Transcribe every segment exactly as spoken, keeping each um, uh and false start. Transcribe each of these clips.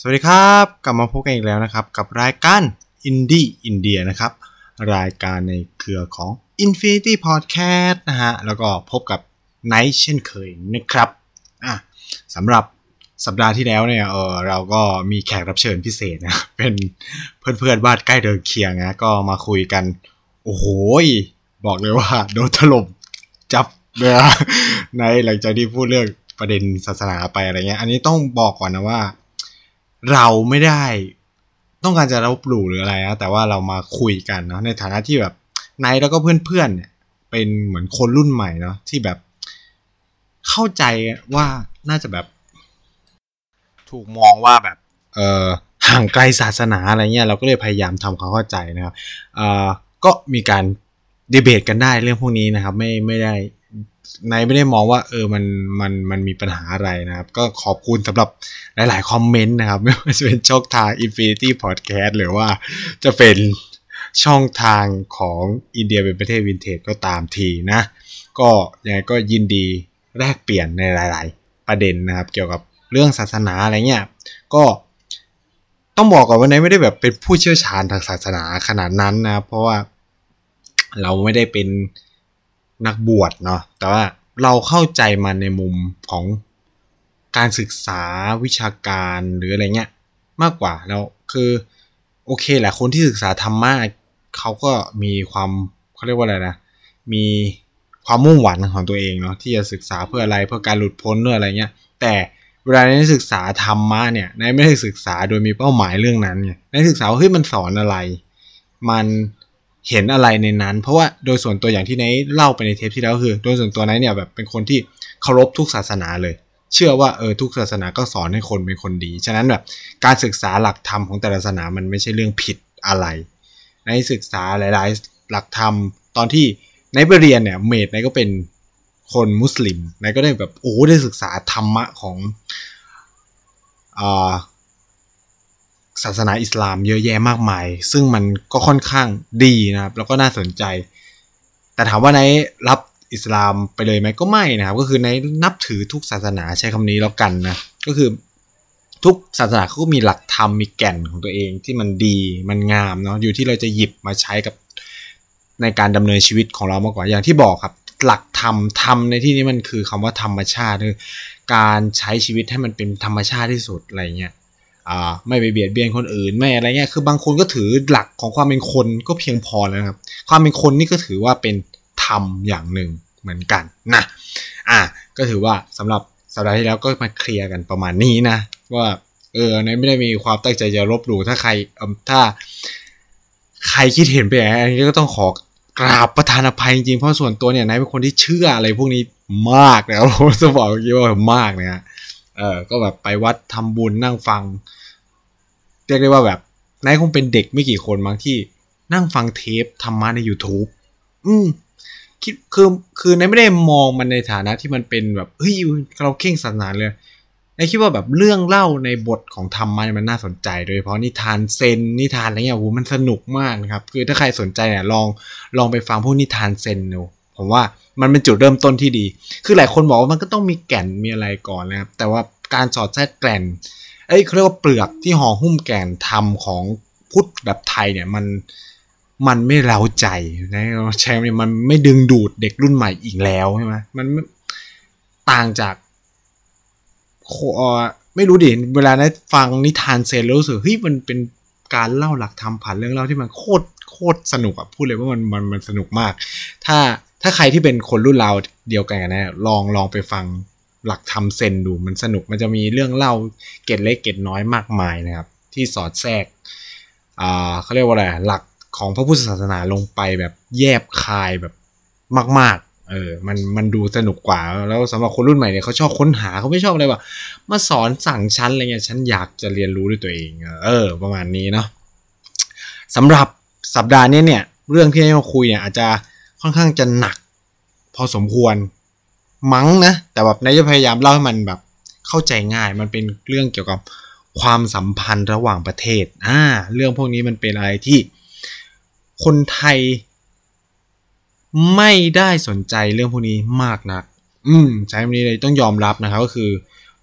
วัสดีครับกลับมาพบกันอีกแล้วนะครับกับรายการ Indie India นะครับรายการในเครือของ Infinity Podcast นะฮะแล้วก็พบกับไนท์เช่นเคยนะครับอ่ะสำหรับสัปดาห์ที่แล้วเนี่ยเออเราก็มีแขกรับเชิญพิเศษนะเป็นเพื่อนๆบ้านใกล้เดินเคียงนะก็มาคุยกันโอ้โหบอกเลยว่าโดนถล่มจับเลยในหลังจากที่พูดเรื่องประเด็นศาสนาไปอะไรเงี้ยอันนี้ต้องบอกก่อนนะว่าเราไม่ได้ต้องการจะลบหลู่หรืออะไรนะแต่ว่าเรามาคุยกันเนาะในฐานะที่แบบไนท์แล้วก็เพื่อนๆเนี่ยเป็นเหมือนคนรุ่นใหม่เนาะที่แบบเข้าใจว่าน่าจะแบบถูกมองว่าแบบเอ่อห่างไกลศาสนาอะไรเงี้ยเราก็เลยพยายามทำความเข้าใจนะครับเอ่อก็มีการดีเบตกันได้เรื่องพวกนี้นะครับไม่ไม่ได้ไนท์ไม่ได้มองว่าเออมันมันมันมีปัญหาอะไรนะครับก็ขอบคุณสำหรับหลายๆคอมเมนต์นะครับไม่ว่าจะเป็นช่องทาง Infinity Podcast หรือว่าจะเป็นช่องทางของอินเดียเป็นประเทศวินเทจก็ตามทีนะก็ยังไงก็ยินดีแลกเปลี่ยนในหลายๆประเด็นนะครับเกี่ยวกับเรื่องศาสนาอะไรเงี้ยก็ต้องบอกก่อนว่าไนท์ไม่ได้แบบเป็นผู้เชี่ยวชาญทางศาสนาขนาดนั้นนะเพราะว่าเราไม่ได้เป็นนักบวชเนาะแต่ว่าเราเข้าใจมันในมุมของการศึกษาวิชาการหรืออะไรเงี้ยมากกว่าแล้วคือโอเคแหละคนที่ศึกษาธรรมะเขาก็มีความเขาเรียกว่าอะไรนะมีความมุ่งหวังของตัวเองเนาะที่จะศึกษาเพื่ออะไรเพื่อการหลุดพ้นเพื่ออะไรเงี้ยแต่เวลาในศึกษาธรรมะเนี่ยนายไม่ได้ศึกษาโดยมีเป้าหมายเรื่องนั้นไงนายศึกษาว่าเฮ้ยมันสอนอะไรมันเห็นอะไรในนั้นเพราะว่าโดยส่วนตัวอย่างที่นายเล่าไปในเทปที่แล้วคือโดยส่วนตัวนายเนี่ยแบบเป็นคนที่เคารพทุกศาสนาเลยเชื่อว่าเออทุกศาสนาก็สอนให้คนเป็นคนดีฉะนั้นแบบการศึกษาหลักธรรมของแต่ละศาสนามันไม่ใช่เรื่องผิดอะไรในศึกษาหลายๆหลักธรรมตอนที่ในไปเรียนเนี่ยเมดในก็เป็นคนมุสลิมในก็ได้แบบโอ้ได้ศึกษาธรรมะของอ่าศาสนาอิสลามเยอะแยะมากมายซึ่งมันก็ค่อนข้างดีนะครับแล้วก็น่าสนใจแต่ถามว่าในรับอิสลามไปเลยไหมก็ไม่นะครับก็คือในนับถือทุกศาสนาใช้คำนี้แล้วกันนะก็คือทุกศาสนาเขาก็มีหลักธรรมมีแก่นของตัวเองที่มันดีมันงามเนาะอยู่ที่เราจะหยิบมาใช้กับในการดำเนินชีวิตของเรามากกว่าอย่างที่บอกครับหลักธรรมธรรมในที่นี้มันคือคำว่าธรรมชาติคือการใช้ชีวิตให้มันเป็นธรรมชาติที่สุดอะไรเงี้ยอ่าไม่ไปเบียดเบียนคนอื่นไม่อะไรเงี้ยคือบางคนก็ถือหลักของความเป็นคนก็เพียงพอแล้วครับความเป็นคนนี่ก็ถือว่าเป็นธรรมอย่างหนึ่งเหมือนกันนะอ่ะก็ถือว่าสำหรับสัปดาห์ที่แล้วก็มาเคลียร์กันประมาณนี้นะว่าเออในไม่ได้มีความตั้งใจจะลบหลู่ถ้าใครเออถ้าใครคิดเห็นไปอย่างนี้ก็ต้องขอกราบประทานอภัยจริงๆเพราะส่วนตัวเนี่ยนายเป็นคนที่เชื่ออะไรพวกนี้มากนะผมจะบอกอย่างนี้ว่ามากนะเออก็แบบไปวัดทำบุญนั่งฟังเรียกได้ว่าแบบนายคงเป็นเด็กไม่กี่คนมั้งที่นั่งฟังเทปธรรมะใน YouTube อืมคิดคือคือนายไม่ได้มองมันในฐานะที่มันเป็นแบบเฮ้ยเราเข่งศาสนาเลยนายคิดว่าแบบเรื่องเล่าในบทของธรรมะมันน่าสนใจโดยเฉพาะนิทานเซนนิทานอะไรเงี้ยโหมันสนุกมากนะครับคือถ้าใครสนใจเนี่ยลองลองไปฟังพวกนิทานเซนดูผมว่ามันเป็นจุดเริ่มต้นที่ดีคือหลายคนบอกว่ามันก็ต้องมีแก่นมีอะไรก่อนนะครับแต่ว่าการสอดแทรกแก่นเอ้ยเขาเรียกว่าเปลือกที่ห่อหุ้มแก่นธรรมของพุทธแบบไทยเนี่ยมันมันไม่เร้าใจนะใช่ไหมมันไม่ดึงดูดเด็กรุ่นใหม่อีกแล้วใช่ไหมมันต่างจากไม่รู้ดิเวลาได้ฟังนิทานเซนแล้วรู้สึกเฮ้ยมันเป็นการเล่าหลักธรรมผ่านเรื่องเล่าที่มันโคตรโคตรสนุกอ่ะพูดเลยว่ามันมันมันสนุกมากถ้าถ้าใครที่เป็นคนรุ่นเราเดียวกันนะลองลองไปฟังหลักธรรมเซนดูมันสนุกมันจะมีเรื่องเล่าเกร็ดเล็กเกร็ดน้อยมากมายนะครับที่สอดแทรกอ่าเขาเรียกว่าอะไรหลักของพระพุทธศาสนาลงไปแบบแยบคายแบบมากๆเออมันมันดูสนุกกว่าแล้วสำหรับคนรุ่นใหม่เนี่ยเขาชอบค้นหาเขาไม่ชอบอะไรแบบมาสอนสั่งชั้นอะไรเงี้ยฉันอยากจะเรียนรู้ด้วยตัวเองเออประมาณนี้เนาะสำหรับสัปดาห์นี้เนี่ยเรื่องที่เราคุยเนี่ยอาจจะค่อนข้างจะหนักพอสมควรมั้งนะแต่แบบนายจะพยายามเล่าให้มันแบบเข้าใจง่ายมันเป็นเรื่องเกี่ยวกับความสัมพันธ์ระหว่างประเทศอ่าเรื่องพวกนี้มันเป็นอะไรที่คนไทยไม่ได้สนใจเรื่องพวกนี้มากนักอืมใช้คำนี้เลยต้องยอมรับนะครับก็คือ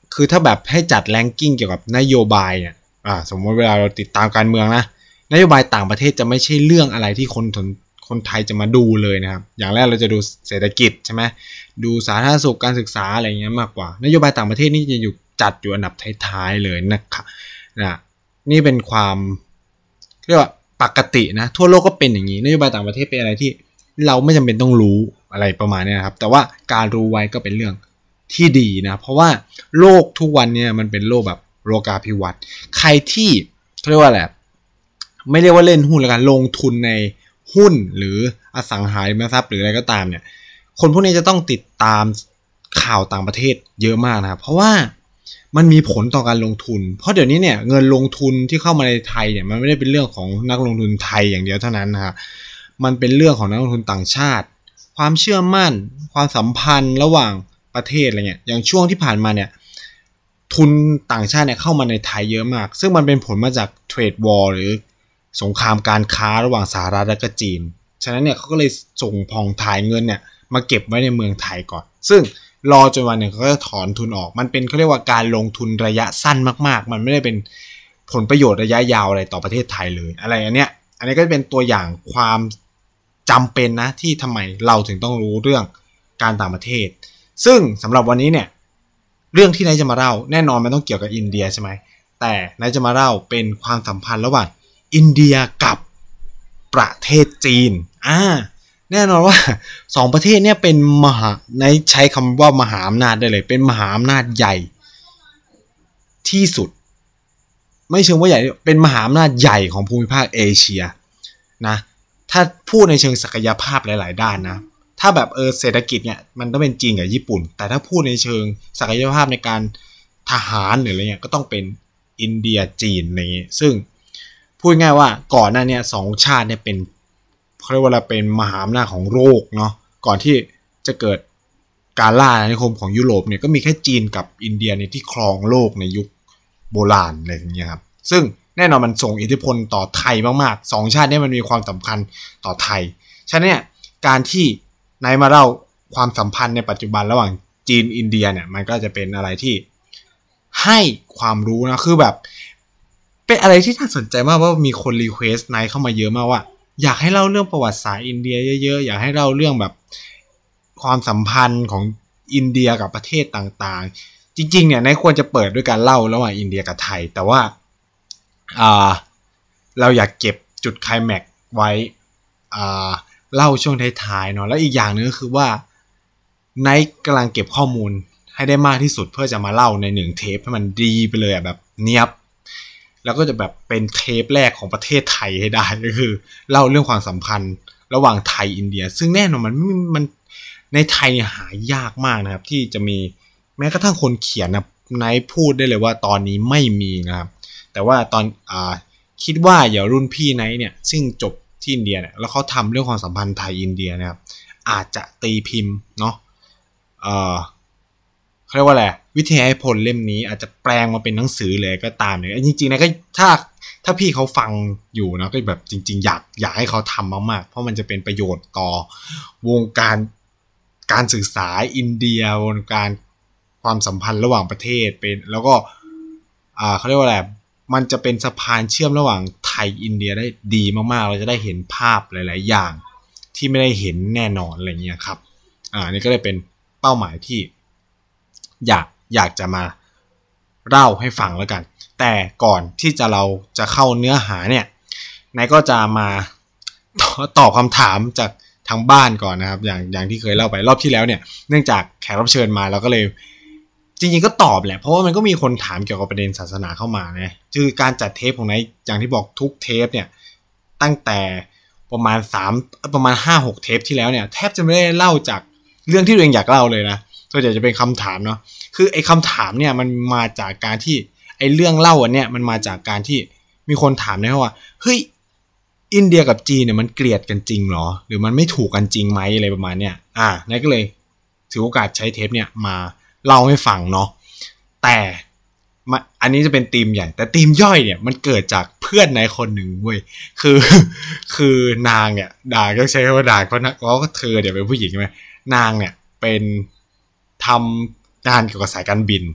คือถ้าแบบให้จัดแรงกิ้งเกี่ยวกับนโยบายเนี่ยอ่าสมมติเวลาเราติดตามการเมืองนะนโยบายต่างประเทศจะไม่ใช่เรื่องอะไรที่คนคนไทยจะมาดูเลยนะครับอย่างแรกเราจะดูเศรษฐกิจใช่ไหมดูสาธารณสุขการศึกษาอะไรเงี้ยมากกว่านโยบายต่างประเทศนี่จะอยู่จัดอยู่อันดับท้ายๆเลยนะครับนะนี่เป็นความเรียกว่าปกตินะทั่วโลกก็เป็นอย่างนี้นโยบายต่างประเทศเป็นอะไรที่เราไม่จำเป็นต้องรู้อะไรประมาณนี้นะครับแต่ว่าการรู้ไว้ก็เป็นเรื่องที่ดีนะเพราะว่าโลกทุกวันเนี่ยมันเป็นโลกแบบโลกาภิวัตน์ใครที่เขาเรียกว่าอะไรไม่เรียกว่าเล่นหุ้นแล้วกันลงทุนในหุ้นหรืออสังหาริมทรัพย์หรืออะไรก็ตามเนี่ยคนพวกนี้จะต้องติดตามข่าวต่างประเทศเยอะมากนะครับเพราะว่ามันมีผลต่อการลงทุนเพราะเดี๋ยวนี้เนี่ยเงินลงทุนที่เข้ามาในไทยเนี่ยมันไม่ได้เป็นเรื่องของนักลงทุนไทยอย่างเดียวเท่านั้นนะครับมันเป็นเรื่องของนักลงทุนต่างชาติความเชื่อมั่นความสัมพันธ์ระหว่างประเทศอะไรเงี้ยอย่างช่วงที่ผ่านมาเนี่ยทุนต่างชาติเนี่ยเข้ามาในไทยเยอะมากซึ่งมันเป็นผลมาจากเทรดวอร์หรือสงครามการค้าระหว่างสหรัฐและก็จีนฉะนั้นเนี่ยเขาก็เลยส่งผ่องถ่ายเงินเนี่ยมาเก็บไว้ในเมืองไทยก่อนซึ่งรอจนวันหนึ่งเขาจะถอนทุนออกมันเป็นเขาเรียกว่าการลงทุนระยะสั้นมากๆมันไม่ได้เป็นผลประโยชน์ระยะยาวอะไรต่อประเทศไทยเลยอะไรอันเนี้ยอันนี้ก็เป็นตัวอย่างความจำเป็นนะที่ทำไมเราถึงต้องรู้เรื่องการต่างประเทศซึ่งสำหรับวันนี้เนี่ยเรื่องที่นายจะมาเล่าแน่นอนมันต้องเกี่ยวกับอินเดียใช่ไหมแต่นายจะมาเล่าเป็นความสัมพันธ์ระหว่างอินเดียกับประเทศจีนอ่าแน่นอนว่าสองประเทศเนี่ยเป็นมหาในใช้คำว่ามหาอำนาจได้เลยเป็นมหาอำนาจใหญ่ที่สุดไม่เชิงว่าใหญ่เป็นมหาอำนาจใหญ่ของภูมิภาคเอเชียนะถ้าพูดในเชิงศักยภาพหลายๆด้านนะถ้าแบบเออเศรษฐกิจเนี่ยมันต้องเป็นจีนกับญี่ปุ่นแต่ถ้าพูดในเชิงศักยภาพในการทหารหรืออะไรเงี้ยก็ต้องเป็นอินเดียจีนอะไรเงี้ยซึ่งพูดง่ายว่าก่อนหน้านี้สองชาติเนี่ยเป็นเขาเรียกว่าเป็นมหาอำนาจของโลกเนาะก่อนที่จะเกิดการล่าอาณานิคมของยุโรปเนี่ยก็มีแค่จีนกับอินเดียเนี่ยที่ครองโลกในยุคโบราณอะไรอย่างเงี้ยครับซึ่งแน่นอนมันส่งอิทธิพลต่อไทยมากๆสองชาตินี้มันมีความสำคัญต่อไทยฉะนั้นเนี่ยการที่นายมาเล่าความสัมพันธ์ในปัจจุบันระหว่างจีนอินเดียเนี่ยมันก็จะเป็นอะไรที่ให้ความรู้นะคือแบบเป็นอะไรที่น่าสนใจมากว่ามีคนรีเควสต์นายเข้ามาเยอะมากว่าอยากให้เล่าเรื่องประวัติศาสตร์อินเดียเยอะๆอยากให้เล่าเรื่องแบบความสัมพันธ์ของอินเดียกับประเทศต่างๆจริงๆเนี่ยนายควรจะเปิดด้วยการเล่าระหว่างอินเดียกับไทยแต่ว่าอ่าเราอยากเก็บจุดไคลแม็กซ์ไว้อ่าเล่าช่วงท้ายๆเนาะแล้วอีกอย่างนึงก็คือว่าไนท์กำลังเก็บข้อมูลให้ได้มากที่สุดเพื่อจะมาเล่าในหนึ่งเทปให้มันดีไปเลยอ่ะแบบเนียบแล้วก็จะแบบเป็นเทปแรกของประเทศไทยให้ได้ก็คือเล่าเรื่องความสัมพันธ์ระหว่างไทยอินเดียซึ่งแน่นอนมันมันในไทยหายากมากนะครับที่จะมีแม้กระทั่งคนเขียนนะไนท์พูดได้เลยว่าตอนนี้ไม่มีนะครับแต่ว่าตอนอ่าคิดว่าอย่ารุ่นพี่ไนท์เนี่ยซึ่งจบที่อินเดียเนี่ยแล้วเขาทำเรื่องความสัมพันธ์ไทยอินเดียนะครับอาจจะตีพิมพ์เนาะเอ่อเขาเรียกว่าอะไรวิทยานิพนธ์เล่มนี้อาจจะแปลงมาเป็นหนังสือเลยก็ตามเนี่ยจริงๆนะก็ถ้าถ้าพี่เขาฟังอยู่นะก็แบบจริงๆอยากอยากให้เขาทำมากๆเพราะมันจะเป็นประโยชน์ต่อวงการการศึกษาอินเดียวงการความสัมพันธ์ระหว่างประเทศเป็นแล้วก็อ่าเขาเรียกว่าอะไรมันจะเป็นสะพานเชื่อมระหว่างไทยอินเดียได้ดีมากๆเราจะได้เห็นภาพหลายๆอย่างที่ไม่ได้เห็นแน่นอนอะไรเงี้ยครับอ่านี่ก็เลยเป็นเป้าหมายที่อยากอยากจะมาเล่าให้ฟังแล้วกันแต่ก่อนที่จะเราจะเข้าเนื้อหาเนี่ยนายก็จะมาตอบคำถามจากทางบ้านก่อนนะครับอย่างอย่างที่เคยเล่าไปรอบที่แล้วเนี่ยเนื่องจากแขกรับเชิญมาเราก็เลยจริงๆก็ตอบแหละเพราะว่ามันก็มีคนถามเกี่ยวกับประเด็นศาสนาเข้ามานะคือการจัดเทปของนายอย่างที่บอกทุกเทปเนี่ยตั้งแต่ประมาณสามประมาณ ห้าหก เทปที่แล้วเนี่ยแทบจะไม่ได้เล่าจากเรื่องที่ตัวเองอยากเล่าเลยนะส่วนใหญ่จะเป็นคำถามเนาะคือไอ้คำถามเนี่ยมันมาจากการที่ไอ้เรื่องเล่าอันเนี้ยมันมาจากการที่มีคนถามนะว่าเฮ้ยอินเดียกับจีนเนี่ยมันเกลียดกันจริงหรอหรือมันไม่ถูกกันจริงไหมอะไรประมาณเนี้ยอ่ะนั่นก็เลยถือโอกาสใช้เทปเนี่ยมาเล่าให้ฟังเนาะแต่อันนี้จะเป็นธีมใหญ่แต่ธีมย่อยเนี่ยมันเกิดจากเพื่อนในคนหนึ่งเว้ยคือคือนางเนี่ยด่าก็ใช้คำว่าด่าเพราะนะเพราะก็เธอเดี๋ยวเป็นผู้หญิงใช่ไหมนางเนี่ยเป็นทำงานเกี่ยวกับสายการบิน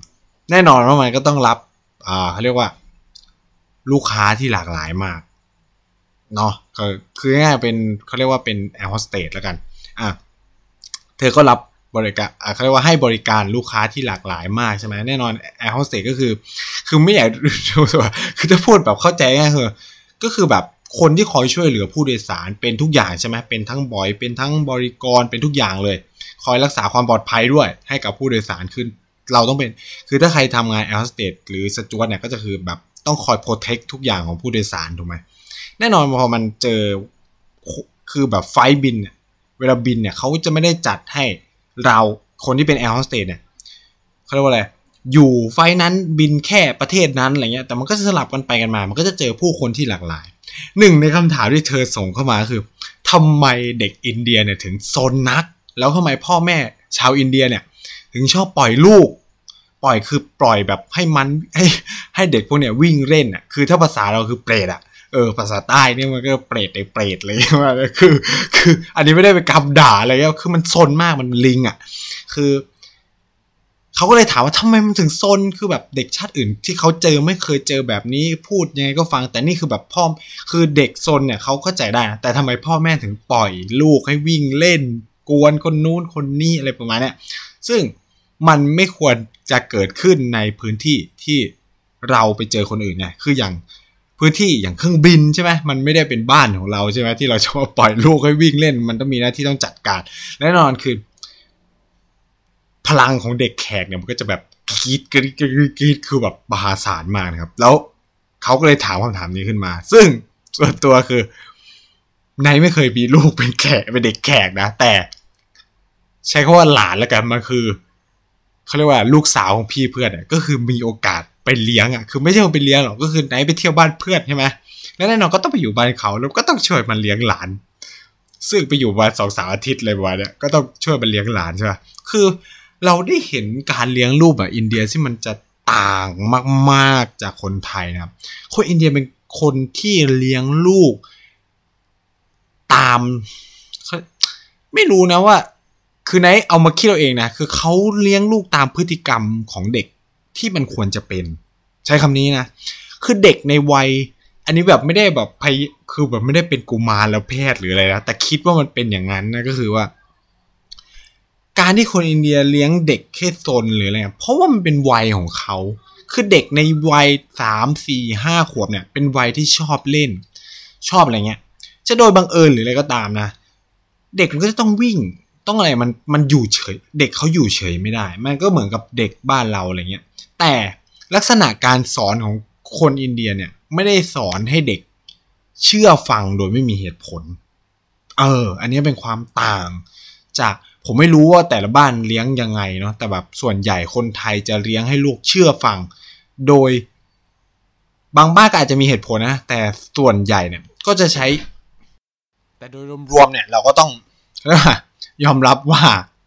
แน่นอนว่ามันก็ต้องรับอ่าเขาเรียกว่าลูกค้าที่หลากหลายมากเนาะก็คือง่ายๆเป็นเขาเรียกว่าเป็นแอร์โฮสเตสแล้วกันอ่ะเธอก็รับบริการอ่ะเขาเรียกว่าให้บริการลูกค้าที่หลากหลายมากใช่ไหมแน่นอนแอร์โฮสเตสก็คือคือไม่อยากคือจะพูดแบบเข้าใจง่ายคือก็คือแบบคนที่คอยช่วยเหลือผู้โดยสารเป็นทุกอย่างใช่ไหมเป็นทั้งบอยเป็นทั้งบริกรเป็นทุกอย่างเลยคอยรักษาความปลอดภัยด้วยให้กับผู้โดยสารคือเราต้องเป็นคือถ้าใครทำงานแอร์โฮสเตสหรือสจ๊วตเนี่ยก็จะคือแบบต้องคอยโปรเทคทุกอย่างของผู้โดยสารถูกไหมแน่นอนพอมันเจอคือแบบไฟบินเนี่ยเวลาบินเนี่ยเขาจะไม่ได้จัดให้เราคนที่เป็นแอร์โฮสเตสเนี่ยเขาเรียกว่าอะไรอยู่ไฟนั้นบินแค่ประเทศนั้นอะไรเงี้ยแต่มันก็จะสลับกันไปกันมามันก็จะเจอผู้คนที่หลากหลายหนึ่งในคำถามที่เธอส่งเข้ามาคือทำไมเด็กอินเดียเนี่ยถึงซนนักแล้วทำไมพ่อแม่ชาวอินเดียเนี่ยถึงชอบปล่อยลูกปล่อยคือปล่อยแบบให้มันให้ให้เด็กพวกเนี้ยวิ่งเล่นอ่ะคือถ้าภาษาเราคือเปรตอ่ะเออภาษาใต้เนี่ยมันก็เปรตไอ้เปรตเลยว่าคือคืออันนี้ไม่ได้เป็นคำด่าอะไรเงี้ยคือมันซนมากมันลิงอ่ะคือเขาก็เลยถามว่าทำไมมันถึงซนคือแบบเด็กชาติอื่นที่เขาเจอไม่เคยเจอแบบนี้พูดยังไงก็ฟังแต่นี่คือแบบพ่อคือเด็กซนเนี่ยเขาเข้าใจได้นะแต่ทำไมพ่อแม่ถึงปล่อยลูกให้วิ่งเล่นกวนคนนู้นคนนี้อะไรประมาณเนี้ยซึ่งมันไม่ควรจะเกิดขึ้นในพื้นที่ที่เราไปเจอคนอื่นไงคืออย่างพื้นที่อย่างเครื่องบินใช่ไหมมันไม่ได้เป็นบ้านของเราใช่ไหมที่เราจะมาปล่อยลูกให้วิ่งเล่นมันต้องมีหน้าที่ต้องจัดการแน่นอนคือพลังของเด็กแขกเนี่ยมันก็จะแบบกรี๊ดกรี๊ดกรี๊ดกรี๊ดคือแบบมหาศาลมากนะครับแล้วเขาก็เลยถามคำถามนี้ขึ้นมาซึ่งส่วนตัวคือไนไม่เคยมีลูกเป็นแขกเป็นเด็กแขกนะแต่ใช้คำว่าหลานแล้วกันมันคือเขาเรียกว่าลูกสาวของพี่เพื่อนอ่ะก็คือมีโอกาสไปเลี้ยงอ่ะคือไม่ใช่ว่าไปเลี้ยงหรอกก็คือไนไปเที่ยวบ้านเพื่อนใช่ไหมแล้วแน่นอนก็ต้องไปอยู่บ้านเขาแล้วก็ต้องช่วยมันเลี้ยงหลานซึ่งไปอยู่วันสองสามอาทิตย์เลยวันเนี้ยก็ต้องช่วยมันเลี้ยงหลานใช่ไหมคือเราได้เห็นการเลี้ยงลูกแบบอินเดียที่มันจะต่างมากๆจากคนไทยนะครับคนอินเดียเป็นคนที่เลี้ยงลูกตามไม่รู้นะว่าคือไหนเอามาคิดเราเองนะคือเขาเลี้ยงลูกตามพฤติกรรมของเด็กที่มันควรจะเป็นใช้คำนี้นะคือเด็กในวัยอันนี้แบบไม่ได้แบบพยคือแบบไม่ได้เป็นกุมารแล้วแพทย์หรืออะไรนะแต่คิดว่ามันเป็นอย่างนั้นนะก็คือว่าการที่คนอินเดียเลี้ยงเด็กแค่ซนหรืออะไรเพราะว่ามันเป็นวัยของเขาคือเด็กในวัยสามสี่ห้าขวบเนี่ยเป็นวัยที่ชอบเล่นชอบอะไรเงี้ยจะโดยบังเอิญหรืออะไรก็ตามนะเด็กมันก็จะต้องวิ่งต้องอะไรมันมันอยู่เฉยเด็กเขาอยู่เฉยไม่ได้มันก็เหมือนกับเด็กบ้านเราอะไรเงี้ยแต่ลักษณะการสอนของคนอินเดียเนี่ยไม่ได้สอนให้เด็กเชื่อฟังโดยไม่มีเหตุผลเอออันนี้เป็นความต่างจากผมไม่รู้ว่าแต่ละบ้านเลี้ยงยังไงเนาะแต่แบบส่วนใหญ่คนไทยจะเลี้ยงให้ลูกเชื่อฟังโดยบางบ้านก็อาจจะมีเหตุผลนะแต่ส่วนใหญ่เนี่ยก็จะใช้แต่โดยรวมๆเนี่ยเราก็ต้องยอมรับว่า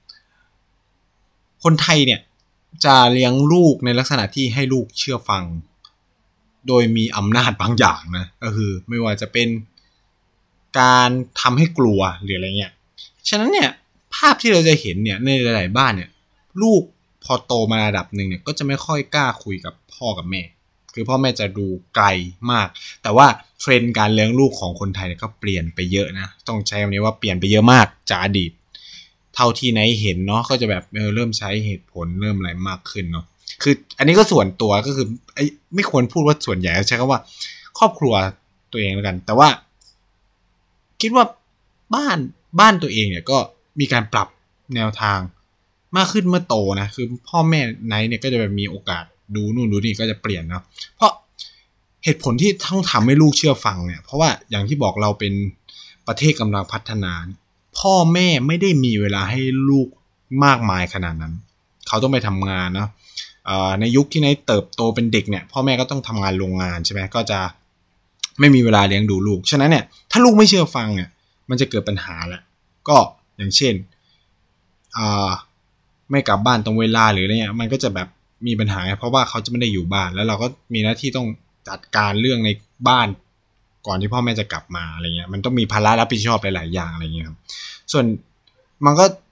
คนไทยเนี่ยจะเลี้ยงลูกในลักษณะที่ให้ลูกเชื่อฟังโดยมีอำนาจบางอย่างนะก็คือไม่ว่าจะเป็นการทำให้กลัวหรืออะไรเงี้ยฉะนั้นเนี่ยภาพที่เราจะเห็นเนี่ยในหลายๆบ้านเนี่ยลูกพอโตมาระดับหนึ่งเนี่ยก็จะไม่ค่อยกล้าคุยกับพ่อกับแม่คือพ่อแม่จะดูไกลมากแต่ว่าเทรนด์การเลี้ยงลูกของคนไทยเนี่ยก็เปลี่ยนไปเยอะนะต้องใช้คำนี้ว่าเปลี่ยนไปเยอะมากจากอดีตเท่าที่ไหนเห็นเนาะก็จะแบบเออเริ่มใช้เหตุผลเริ่มอะไรมากขึ้นเนาะคืออันนี้ก็ส่วนตัวก็คือไอ้ไม่ควรพูดว่าส่วนใหญ่ใช้คำว่าครอบครัวตัวเองแล้วกันแต่ว่าคิดว่าบ้านบ้านตัวเองเนี่ยก็มีการปรับแนวทางมากขึ้นเมื่อโตนะคือพ่อแม่ไหนเนี่ยก็จะแบบมีโอกาสดูนู่นดูนี่ก็จะเปลี่ยนเนาะเพราะเหตุผลที่ต้องทำให้ลูกเชื่อฟังเนี่ยเพราะว่าอย่างที่บอกเราเป็นประเทศกำลังพัฒนาพ่อแม่ไม่ได้มีเวลาให้ลูกมากมายขนาดนั้นเขาต้องไปทำงานเนาะในยุคที่ไหนเติบโตเป็นเด็กเนี่ยพ่อแม่ก็ต้องทำงานโรงงานใช่ไหมก็จะไม่มีเวลาเลี้ยงดูลูกฉะนั้นเนี่ยถ้าลูกไม่เชื่อฟังเนี่ยมันจะเกิดปัญหาแหละก็อย่างเช่นไม่กลับบ้านตรงเวลาหรืออะไรเงี้ยมันก็จะแบบมีปัญหาเพราะว่าเขาจะไม่ได้อยู่บ้านแล้วเราก็มีหน้าที่ต้องจัดการเรื่องในบ้านก่อนที่พ่อแม่จะกลับมาอะไรเงี้ยมันต้องมีภาระรับผิดชอบหลายๆอย่างอะไรเงี้ยครับส่วนมันก็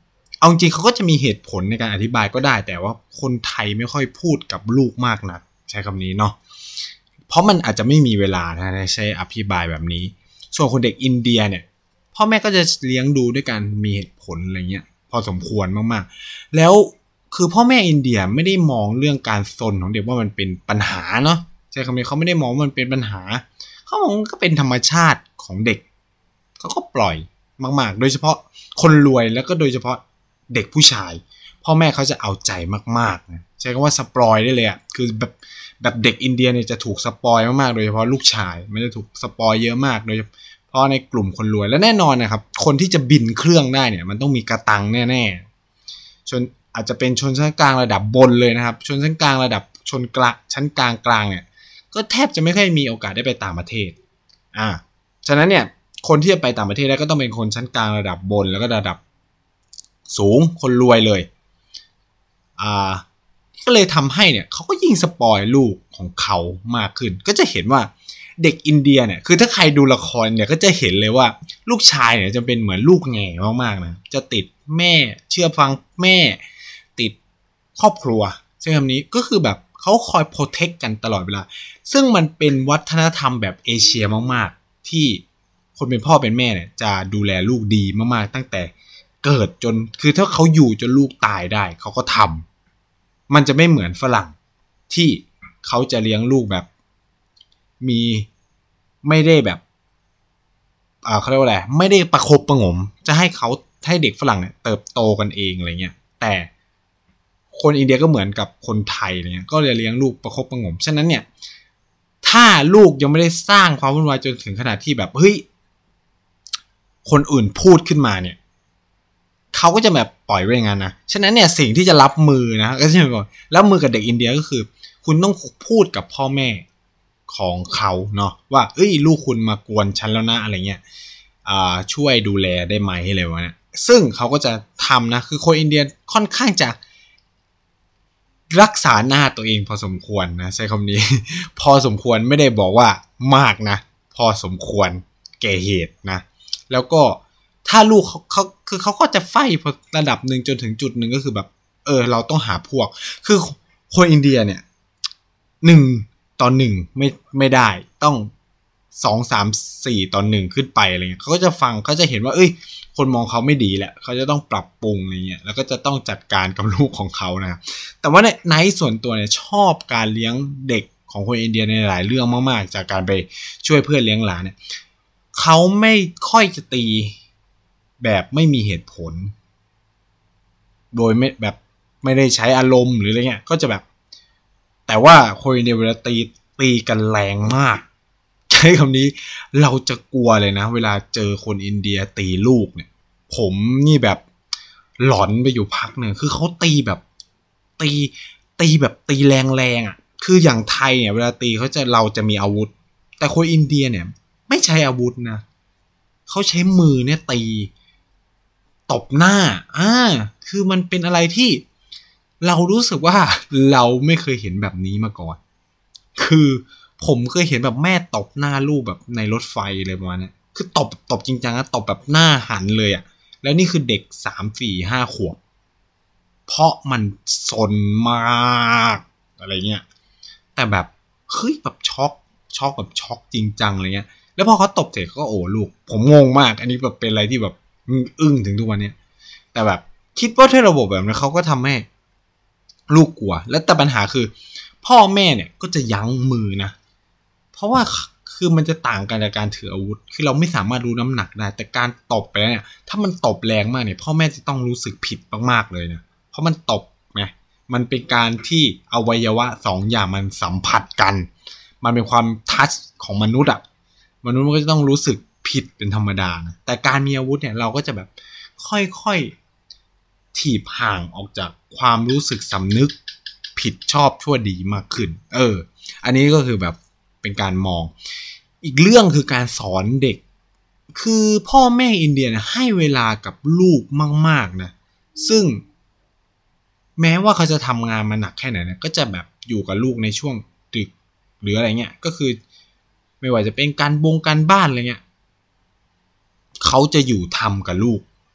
เอาจริงเขาก็จะมีเหตุผลในการอธิบายก็ได้แต่ว่าคนไทยไม่ค่อยพูดกับลูกมากนักใช้คำนี้เนาะเพราะมันอาจจะไม่มีเวลานะใช้อธิบายแบบนี้ส่วนคนเด็กอินเดียเนี่ยพ่อแม่ก็จะเลี้ยงดูด้วยการมีเหตุผลอะไรเงี้ยพอสมควรมากๆแล้วคือพ่อแม่อินเดียไม่ได้มองเรื่องการซนของเด็กว่ามันเป็นปัญหาเนาะใช้คำนี้เขาไม่ได้มองว่ามันเป็นปัญหาเขามองก็เป็นธรรมชาติของเด็กเขาก็ปล่อยมากๆโดยเฉพาะคนรวยแล้วก็โดยเฉพาะเด็กผู้ชายพ่อแม่เขาจะเอาใจมากๆนะใช้คำว่าสปอยได้เลยอ่ะคือแบบแบบเด็กอินเดียเนี่ยจะถูกสปอยมากๆโดยเฉพาะลูกชายมันจะถูกสปอยเยอะมากโดยเพราะในกลุ่มคนรวยและแน่นอนนะครับคนที่จะบินเครื่องได้เนี่ยมันต้องมีกระตังแน่ๆชนอาจจะเป็นชนชั้นกลางระดับบนเลยนะครับชนชั้นกลางระดับชนกลางชั้นกลางกลางเนี่ยก็แทบจะไม่ค่อยมีโอกาสได้ไปต่างประเทศอ่าฉะนั้นเนี่ยคนที่จะไปต่างประเทศได้ก็ต้องเป็นคนชั้นกลางระดับบนแล้วก็ระดับสูงคนรวยเลยอ่าก็เลยทำให้เนี่ยเขาก็ยิ่งสปอยลูกของเขามากขึ้นก็จะเห็นว่าเด็กอินเดียเนี่ยคือถ้าใครดูละครเนี่ยก็จะเห็นเลยว่าลูกชายเนี่ยจะเป็นเหมือนลูกแง่มากๆนะจะติดแม่เชื่อฟังแม่ติดครอบครัวใช่คำนี้ก็คือแบบเขาคอยโปรเทคกันตลอดเวลาซึ่งมันเป็นวัฒนธรรมแบบเอเชียมากๆที่คนเป็นพ่อเป็นแม่เนี่ยจะดูแลลูกดีมากๆตั้งแต่เกิดจนคือถ้าเขาอยู่จนลูกตายได้เขาก็ทำมันจะไม่เหมือนฝรั่งที่เขาจะเลี้ยงลูกแบบมีไม่ได้แบบอ่าเขาเรียกว่าอะไรไม่ได้ประคบประหงมจะให้เขาให้เด็กฝรั่งเนี่ยเติบโตกันเองอะไรเงี้ยแต่คนอินเดียก็เหมือนกับคนไทยเนี่ยก็เลยเลี้ยงลูกประคบประหงมฉะนั้นเนี่ยถ้าลูกยังไม่ได้สร้างความวุ่นวายจนถึงขนาดที่แบบเฮ้ยคนอื่นพูดขึ้นมาเนี่ยเขาก็จะแบบปล่อยไว้อย่างนั้นนะฉะนั้นเนี่ยสิ่งที่จะรับมือนะก็ใช่ไหมก่อนรับมือกับเด็กอินเดียก็คือคุณต้องพูดกับพ่อแม่ของเขาเนาะว่าเอ้ยลูกคุณมากวนฉันแล้วนะอะไรเงี้ยอ่าช่วยดูแลได้ไหมอะไรวะเนี่ยซึ่งเขาก็จะทำนะคือคนอินเดียค่อนข้างจะรักษาหน้าตัวเองพอสมควรนะใช้คำนี้ พอสมควรไม่ได้บอกว่ามากนะพอสมควรแก่เหตุนะแล้วก็ถ้าลูกเขาเขาคือเขาก็จะไฟพอระดับหนึ่งจนถึงจุดหนึ่งก็คือแบบเออเราต้องหาพวกคือคนอินเดียเนี่ยหนึ่งต่อหนึ่งไม่ไม่ได้ต้องสองสามสี่ต่อหนึ่งขึ้นไปอะไรเงี้ยเขาก็จะฟังเขาจะเห็นว่าเอ้ยคนมองเขาไม่ดีแหละเขาจะต้องปรับปรุงอะไรเงี้ยแล้วก็จะต้องจัดการกับลูกของเขานะแต่ว่าในในส่วนตัวเนี่ยชอบการเลี้ยงเด็กของคนอินเดียในหลายเรื่องมากๆจากการไปช่วยเพื่อนเลี้ยงหลานเนี่ยเขาไม่ค่อยจะตีแบบไม่มีเหตุผลโดยไม่แบบไม่ได้ใช้อารมณ์หรืออะไรเงี้ยก็จะแบบแต่ว่าคนอินเดียเวลาตีตีกันแรงมากใช้คำนี้เราจะกลัวเลยนะเวลาเจอคนอินเดียตีลูกเนี่ยผมนี่แบบหลอนไปอยู่พักหนึ่งคือเขาตีแบบตีตีแบบตีแรงๆอ่ะคืออย่างไทยเนี่ยเวลาตีเขาจะเราจะมีอาวุธแต่คนอินเดียเนี่ยไม่ใช้อาวุธนะเขาใช้มือเนี่ยตีตบหน้าอ่าคือมันเป็นอะไรที่เรารู้สึกว่าเราไม่เคยเห็นแบบนี้มาก่อนคือผมเคยเห็นแบบแม่ตบหน้าลูกแบบในรถไฟเลยประมาณนี้คือตบตบจริงจังนะตบแบบหน้าหันเลยอ่ะแล้วนี่คือเด็กสามสี่ห้าขวบเพราะมันซนมากอะไรเงี้ยแต่แบบเฮ้ยแบบช็อกช็อกแบบช็อกจริงจังอะไรเงี้ยแล้วพอเขาตบเสร็จก็โอ้ลูกผมงงมากอันนี้แบบเป็นอะไรที่แบบอึ้งถึงทุกวันนี้แต่แบบคิดว่าถ้าระบบแบบนั้นเขาก็ทำให้ลูกกลัวและแต่ปัญหาคือพ่อแม่เนี่ยก็จะยั้งมือนะเพราะว่าคือมันจะต่างกันจากการถืออาวุธคือเราไม่สามารถรู้น้ำหนักได้แต่การตบไปเนี่ยถ้ามันตบแรงมากเนี่ยพ่อแม่จะต้องรู้สึกผิดมากๆเลยนะเพราะมันตบไงมันเป็นการที่อวัยวะสองอย่างมันสัมผัสกันมันเป็นความทัชของมนุษย์อ่ะมนุษย์มันก็จะต้องรู้สึกผิดเป็นธรรมดานะแต่การมีอาวุธเนี่ยเราก็จะแบบค่อยๆถีบห่างออกจากความรู้สึกสำนึกผิดชอบชั่วดีมากขึ้นเอออันนี้ก็คือแบบเป็นการมองอีกเรื่องคือการสอนเด็กคือพ่อแม่อินเดียนะให้เวลากับลูกมากๆนะซึ่งแม้ว่าเขาจะทำงานมาหนักแค่ไหนนะก็จะแบบอยู่กับลูกในช่วงดึกหรืออะไรเงี้ยก็คือไม่ว่าจะเป็นการบงการบ้านอะไรเงี้ยเขาจะอยู่ทำกับลูก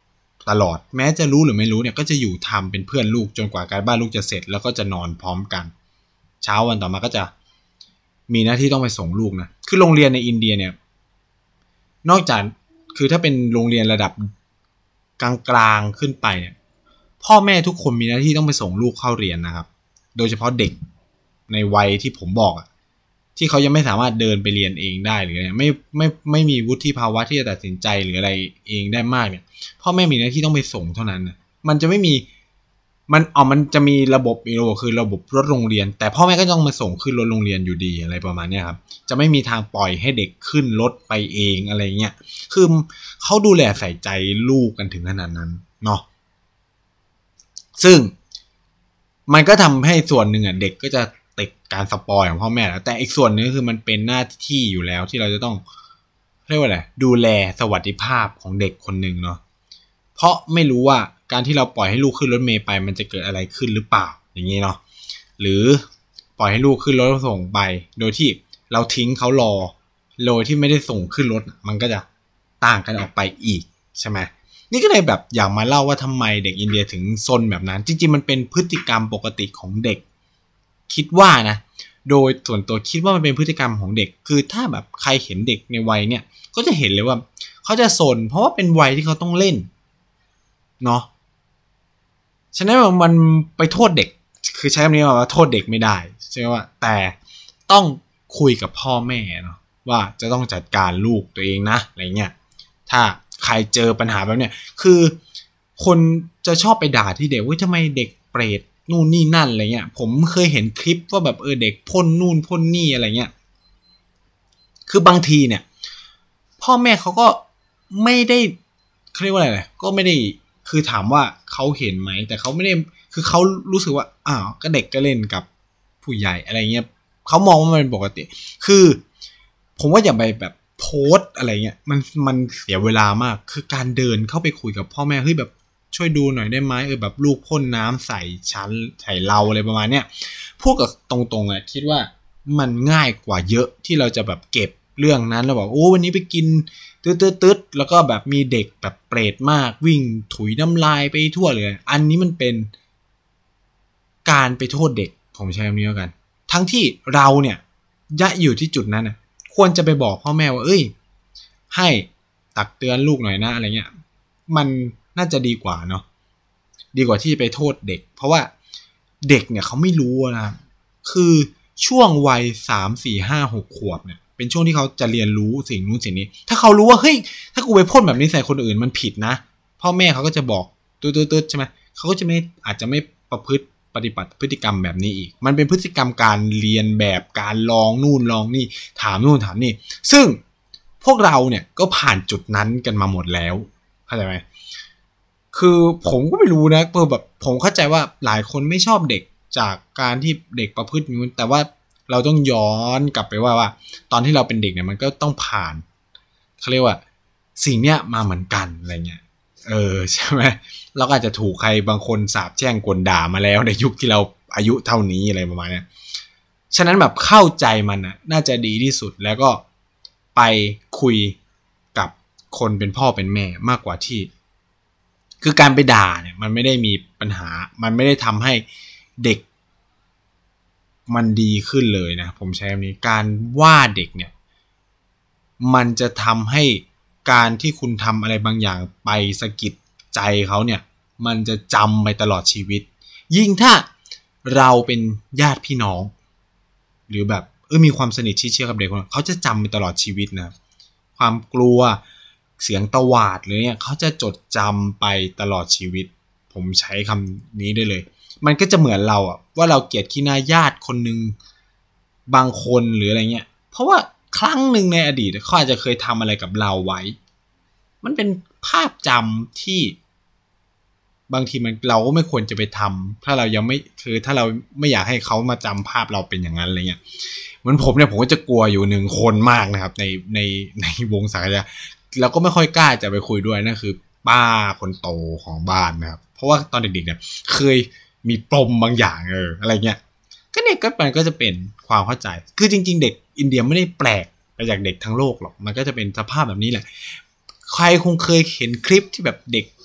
ตลอดแม้จะรู้หรือไม่รู้เนี่ยก็จะอยู่ทำเป็นเพื่อนลูกจนกว่าการบ้านลูกจะเสร็จแล้วก็จะนอนพร้อมกันเช้าวันต่อมาก็จะมีหน้าที่ต้องไปส่งลูกนะคือโรงเรียนในอินเดียเนี่ยนอกจากคือถ้าเป็นโรงเรียนระดับกลางๆขึ้นไปเนี่ยพ่อแม่ทุกคนมีหน้าที่ต้องไปส่งลูกเข้าเรียนนะครับโดยเฉพาะเด็กในวัยที่ผมบอกอะที่เขายังไม่สามารถเดินไปเรียนเองได้หรือไม่ไม่ไม่มีวุฒิภาวะที่จะตัดสินใจหรืออะไรเองได้มากเนี่ยพ่อแม่มีหน้าที่ต้องไปส่งเท่านั้นนะมันจะไม่มีมันอ๋อมันจะมีระบบอีกระบบคือระบบรถโรงเรียนแต่พ่อแม่ก็ต้องมาส่งขึ้นรถโรงเรียนอยู่ดีอะไรประมาณนี้ครับจะไม่มีทางปล่อยให้เด็กขึ้นรถไปเองอะไรเงี้ยคือเขาดูแลใส่ใจลูกกันถึงขนาดนั้นเนาะซึ่งมันก็ทำให้ส่วนหนึ่งอ่ะเด็กก็จะติดการสปอยของพ่อแม่แล้วแต่อีกส่วนนึงคือมันเป็นหน้าที่อยู่แล้วที่เราจะต้องเรียกว่าอะไรดูแลสวัสดิภาพของเด็กคนหนึ่งเนาะเพราะไม่รู้ว่าการที่เราปล่อยให้ลูกขึ้นรถเมล์ไปมันจะเกิดอะไรขึ้นหรือเปล่าอย่างนี้เนาะหรือปล่อยให้ลูกขึ้นรถส่งไปโดยที่เราทิ้งเขารอโดยที่ไม่ได้ส่งขึ้นรถมันก็จะต่างกันออกไปอีกใช่ไหมนี่ก็เลยแบบอยากมาเล่าว่าทำไมเด็กอินเดียถึงซนแบบนั้นจริงๆมันเป็นพฤติกรรมปกติของเด็กคิดว่านะโดยส่วนตัวคิดว่ามันเป็นพฤติกรรมของเด็กคือถ้าแบบใครเห็นเด็กในวัยเนี้ยก็จะเห็นเลยว่าเขาจะซนเพราะว่าเป็นวัยที่เขาต้องเล่นเนาะฉะนั้นมันไปโทษเด็กคือใช้คำนี้ว่าโทษเด็กไม่ได้ใช่ไหมว่าแต่ต้องคุยกับพ่อแม่เนาะว่าจะต้องจัดการลูกตัวเองนะอะไรเงี้ยถ้าใครเจอปัญหาแบบเนี้ยคือคนจะชอบไปด่าที่เด็กว่าทำไมเด็กเปรตนู่นนี่นั่นอะไรเงี้ยผมเคยเห็นคลิปว่าแบบเออเด็กพ่นนู่นพ่นนี่อะไรเงี้ยคือบางทีเนี่ยพ่อแม่เขาก็ไม่ได้เขาเรียกว่าอะไรก็ไม่ได้คือถามว่าเขาเห็นไหมแต่เขาไม่ได้คือเขารู้สึกว่าอ้าวก็เด็กก็เล่นกับผู้ใหญ่อะไรเงี้ยเขามองว่ามันเป็นปกติคือผมว่าอย่าไปแบบโพสอะไรเงี้ยมันมันเสียเวลามากคือการเดินเข้าไปคุยกับพ่อแม่เฮ้ยแบบช่วยดูหน่อยได้ไหมเออแบบลูกพ่นน้ำใส่ชั้นใส่เราอะไรประมาณเนี้ยพูดกับตรงๆอ่ะคิดว่ามันง่ายกว่าเยอะที่เราจะแบบเก็บเรื่องนั้นแล้วบอกโอ้วันนี้ไปกินตืดๆๆแล้วก็แบบมีเด็กแบบเปรตมากวิ่งถุยน้ำลายไปทั่วเลยอันนี้มันเป็นการไปโทษเด็กผมใช้คำนี้แล้วกันทั้งที่เราเนี่ยยะอยู่ที่จุดนั้นนะควรจะไปบอกพ่อแม่ว่าเอ้ยให้ตักเตือนลูกหน่อยนะอะไรเงี้ยมันน่าจะดีกว่าเนาะดีกว่าที่ไปโทษเด็กเพราะว่าเด็กเนี่ยเขาไม่รู้นะคือช่วงวัยสาม สี่ ห้า หกขวบเนี่ยเป็นช่วงที่เขาจะเรียนรู้สิ่งนู้นสิ่งนี้ถ้าเขารู้ว่าเฮ้ยถ้ากูไปพ่นแบบนี้ใส่คนอื่นมันผิดนะพ่อแม่เขาก็จะบอกตืดๆๆใช่ไหมเขาก็จะไม่อาจจะไม่ประพฤติปฏิบัติพฤติกรรมแบบนี้อีกมันเป็นพฤติกรรมการเรียนแบบการลองนู่นลองนี่ถามนู่นถามนี่ซึ่งพวกเราเนี่ยก็ผ่านจุดนั้นกันมาหมดแล้วเข้าใจไหมคือผมก็ไม่รู้นะเพื่อแบบผมเข้าใจว่าหลายคนไม่ชอบเด็กจากการที่เด็กประพฤตินู้นแต่ว่าเราต้องย้อนกลับไปว่าว่าตอนที่เราเป็นเด็กเนี่ยมันก็ต้องผ่านเขาเรียกว่าสิ่งเนี้ยมาเหมือนกันอะไรเงี้ยเออใช่ไหมเราก็อาจจะถูกใครบางคนสาปแช่งกลด่ามาแล้วในยุคที่เราอายุเท่านี้อะไรประมาณนี้ฉะนั้นแบบเข้าใจมันนะน่าจะดีที่สุดแล้วก็ไปคุยกับคนเป็นพ่อเป็นแม่มากกว่าที่คือการไปด่าเนี่ยมันไม่ได้มีปัญหามันไม่ได้ทำให้เด็กมันดีขึ้นเลยนะผมใช้คำนี้การว่าเด็กเนี่ยมันจะทำให้การที่คุณทำอะไรบางอย่างไปสะกิดใจเขาเนี่ยมันจะจำไปตลอดชีวิตยิ่งถ้าเราเป็นญาติพี่น้องหรือแบบเออมีความสนิทชิดเชื้อกับเด็กคนเขาจะจำไปตลอดชีวิตนะความกลัวเสียงตวาดเลยเนี่ยเขาจะจดจำไปตลอดชีวิตผมใช้คำนี้ได้เลยมันก็จะเหมือนเราอะว่าเราเกลียดขี้หน้าญาติคนนึงบางคนหรืออะไรเงี้ยเพราะว่าครั้งหนึ่งในอดีตเขาอาจจะเคยทำอะไรกับเราไว้มันเป็นภาพจำที่บางทีมันเราก็ไม่ควรจะไปทำถ้าเรายังไม่คือถ้าเราไม่อยากให้เขามาจำภาพเราเป็นอย่างนั้นอะไรเงี้ยเหมือนผมเนี่ยผมก็จะกลัวอยู่หนึ่งคนมากนะครับในในในวงสังคมแล้วก็ไม่ค่อยกล้าจะไปคุยด้วยนั่นคือป้าคนโตของบ้านนะครับเพราะว่าตอนเด็กๆเนี่ยเคยมีปมบางอย่างเอออะไรเงี้ยก็เนี่ยก็มันก็จะเป็นความเข้าใจคือจริงๆเด็กอินเดียไม่ได้แปลกไปจากเด็กทั้งโลกหรอกมันก็จะเป็นสภาพแบบนี้แหละใครคงเคยเห็นคลิปที่แบบเด็ก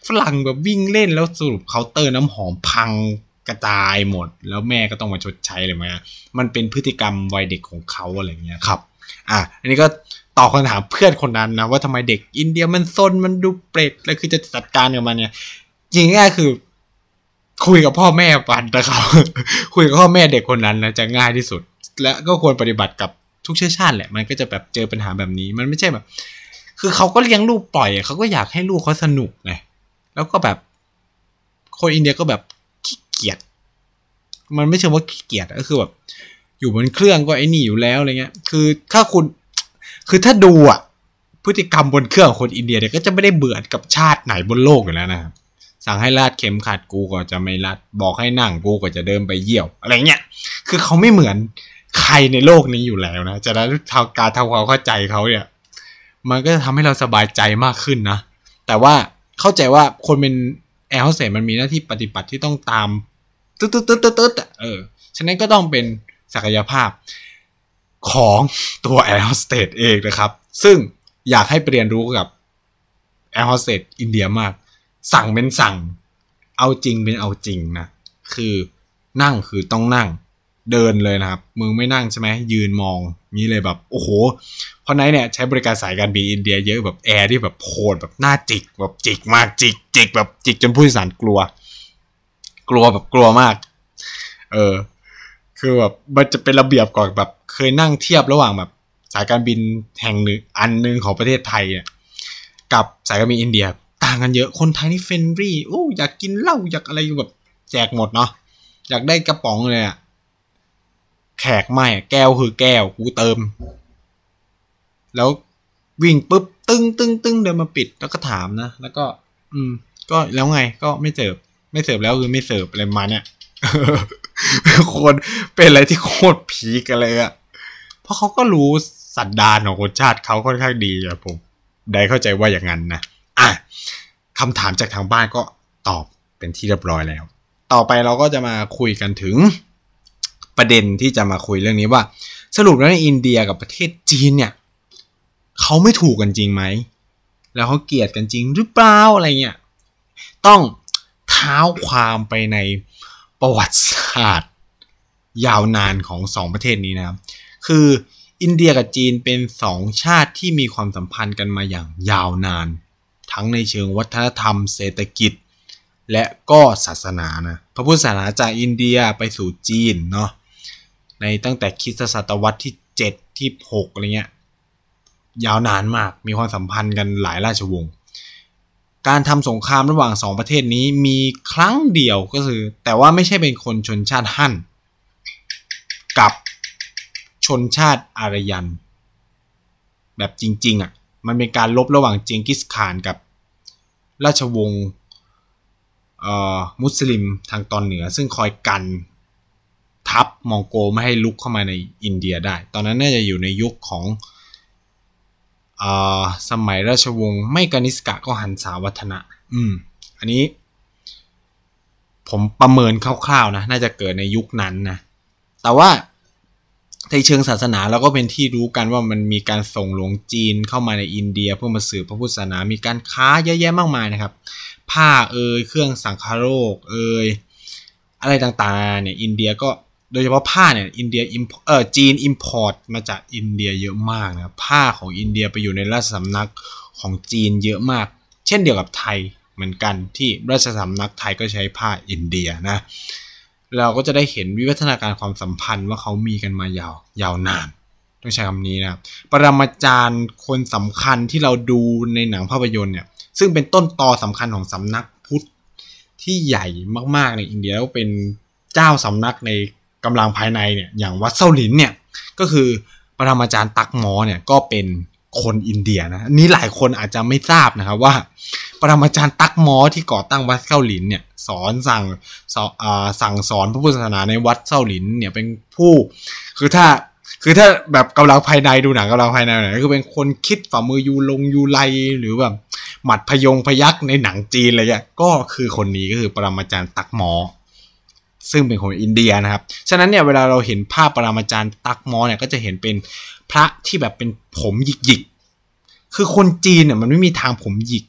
ฝรั่งแบบวิ่งเล่นแล้วสรุปเคาน์เตอร์น้ำหอมพังกระจายหมดแล้วแม่ก็ต้องมาชดใช้เลยมั้ยมันเป็นพฤติกรรมวัยเด็กของเขาอะไรเงี้ยครับอ่ะอันนี้ก็ตอบคำถามเพื่อนคนนั้นนะว่าทำไมเด็กอินเดียมันซนมันดูเปรตแล้วคือจะจัดการกับมันเนี่ยจริงง่ายคือคุยกับพ่อแม่ปันนะครับ คุยกับพ่อแม่เด็กคนนั้นนะจะง่ายที่สุดและก็ควรปฏิบัติกับทุกเชื้อชาติแหละมันก็จะแบบเจอปัญหาแบบนี้มันไม่ใช่แบบคือเขาก็เลี้ยงลูกปล่อยเขาก็อยากให้ลูกเขาสนุกไงแล้วก็แบบคนอินเดียก็แบบขี้เกียจมันไม่ใช่ว่าขี้เกียจก็คือแบบอยู่บนเครื่องก็ไอ้นี่อยู่แล้วอะไรเงี้ยคือถ้าคุณคือถ้าดูอ่ะพฤติกรรมบนเครื่องของคนอินเดียเนี่ยก็จะไม่ได้เบื่อกับชาติไหนบนโลกอยู่แล้วนะครับสั่งให้ลาดเข็มขัดกูก็จะไม่ลาดบอกให้นั่งกูก็จะเดินไปเยี่ยวอะไรเงี้ยคือเขาไม่เหมือนใครในโลกนี้อยู่แล้วนะจากนั้นทางการทำความเข้าใจเขาเนี่ยมันก็จะทำให้เราสบายใจมากขึ้นนะแต่ว่าเข้าใจว่าคนเป็นแอร์โฮสเตสมันมีหน้าที่ปฏิบัติที่ต้องตามตึ๊ดตึ๊ดตึ๊ดตึ๊ดตึ๊ดเออฉะนั้นก็ต้องเป็นศักยภาพของตัวแอร์โฮสเตสเองนะครับซึ่งอยากให้ไปเรียนรู้กับแอร์โฮสเตสอินเดียมากสั่งเป็นสั่งเอาจริงเป็นเอาจริงนะคือนั่งคือต้องนั่งเดินเลยนะครับมึงไม่นั่งใช่ไหมยืนมองนี้เลยแบบโอ้โหเพราะไหนเนี่ยใช้บริการสายการบินอินเดียเยอะแบบแอร์ที่แบบโคตรแบบน่าจิกแบบจิกมากจิกจิกแบบจิกจนผู้โดยสารกลัวกลัวแบบกลัวมากเออคือแบบมันจะเป็นระเบียบก่อนแบบเคยนั่งเทียบระหว่างแบบสายการบินแห่งหนึ่งอันนึงของประเทศไทยเนี่ยกับสายการบินอินเดียต่างกันเยอะคนไทยนี่เฟรนลี่โอ้อยากกินเหล้าอยากอะไรแบบแจกหมดเนาะอยากได้กระป๋องเลยอะแขกไม่แก้วคือแก้วกูเติมแล้ววิ่งปุ๊บตึ้งตึ้งตึ้งเดินมาปิดแล้วก็ถามนะแล้วก็อืมก็แล้วไงก็ไม่เสิร์ฟไม่เสิร์ฟแล้วคือไม่เสิร์ฟอะไรมาเนี่ยคนเป็นอะไรที่โคตรพีคกันเลยอะเพราะเขาก็รู้สันดานของคนชาติเขาค่อนข้างดีอะผมได้เข้าใจว่าอย่างนั้นนะอ่ะคำถามจากทางบ้านก็ตอบเป็นที่เรียบร้อยแล้วต่อไปเราก็จะมาคุยกันถึงประเด็นที่จะมาคุยเรื่องนี้ว่าสรุปแล้วในอินเดียกับประเทศจีนเนี่ยเขาไม่ถูกกันจริงไหมแล้วเขาเกลียดกันจริงหรือเปล่าอะไรเงี้ยต้องเท้าความไปในประวัติศาสตร์ยาวนานของสองประเทศนี้นะครับคืออินเดียกับจีนเป็นสองชาติที่มีความสัมพันธ์กันมาอย่างยาวนานทั้งในเชิงวัฒนธรรมเศรษฐกิจและก็ศาสนานะพระพุทธศาสนาจากอินเดียไปสู่จีนเนาะในตั้งแต่คริสตศตวรรษที่เจ็ดที่หกอะไรเงี้ยยาวนานมากมีความสัมพันธ์กันหลายราชวงศ์การทำสงครามระหว่างสองประเทศนี้มีครั้งเดียวก็คือแต่ว่าไม่ใช่เป็นคนชนชาติฮั่นกับชนชาติอารยันแบบจริงๆอ่ะมันเป็นการลบระหว่างเจงกิสข่านกับราชวงศ์เอ่อมุสลิมทางตอนเหนือซึ่งคอยกันทัพมองโกไม่ให้ลุกเข้ามาในอินเดียได้ตอนนั้นน่าจะอยู่ในยุคของเอ่อสมัยราชวงศ์ไม่กนิษกะก็หันษาวัฒนะอืมอันนี้ผมประเมินคร่าวๆนะน่าจะเกิดในยุคนั้นนะแต่ว่าในเชิงศาสนาเราก็เป็นที่รู้กันว่ามันมีการส่งหลวงจีนเข้ามาในอินเดียเพื่อมาสืบพระพุทธศาสนามีการค้าเยอะแยะมากมายนะครับผ้าเอ่ยเครื่องสังฆโลกเอ่ยอะไรต่างๆเนี่ยอินเดียก็โดยเฉพาะผ้าเนี่ยอินเดียอิมเอ่อจีนอิมพอร์ตมาจากอินเดียเยอะมากนะครับผ้าของอินเดียไปอยู่ในราชสำนักของจีนเยอะมากเช่นเดียวกับไทยเหมือนกันที่ราชสำนักไทยก็ใช้ผ้าอินเดียนะเราก็จะได้เห็นวิวัฒนาการความสัมพันธ์ว่าเขามีกันมายาวยาวนานต้องใช้คำนี้นะครับปรมาจารย์คนสำคัญที่เราดูในหนังภาพยนตร์เนี่ยซึ่งเป็นต้นตอสำคัญของสำนักพุทธที่ใหญ่มากๆในอินเดียแล้วเป็นเจ้าสำนักในกำลังภายในเนี่ยอย่างวัดเซาหลินเนี่ยก็คือปรมาจารย์ตักหมอเนี่ยก็เป็นคนอินเดียนะนี่หลายคนอาจจะไม่ทราบนะครับว่าปรมาจารย์ตักหมอที่ก่อตั้งวัดเซาหลินเนี่ยสอนสั่งสอนอ่าสั่งสอนพระพุทธศาสนาในวัดเซาหลินเนี่ยเป็นผู้คือถ้าคือถ้าแบบกำลังภายในดูหนังกำลังภายในเนี่ยก็คือเป็นคนคิดฝ่ามือยูลงยูไลหรือแบบหมัดพยงพยักในหนังจีนอะไรเงี้ยก็คือคนนี้ก็คือปรมาจารย์ตักหมอซึ่งเป็นคนอินเดียนะครับฉะนั้นเนี่ยเวลาเราเห็นภาพปรมาจารย์ตักหมอเนี่ยก็จะเห็นเป็นพระที่แบบเป็นผมหยิกๆคือคนจีนเนี่ยมันไม่มีทางผมหยิก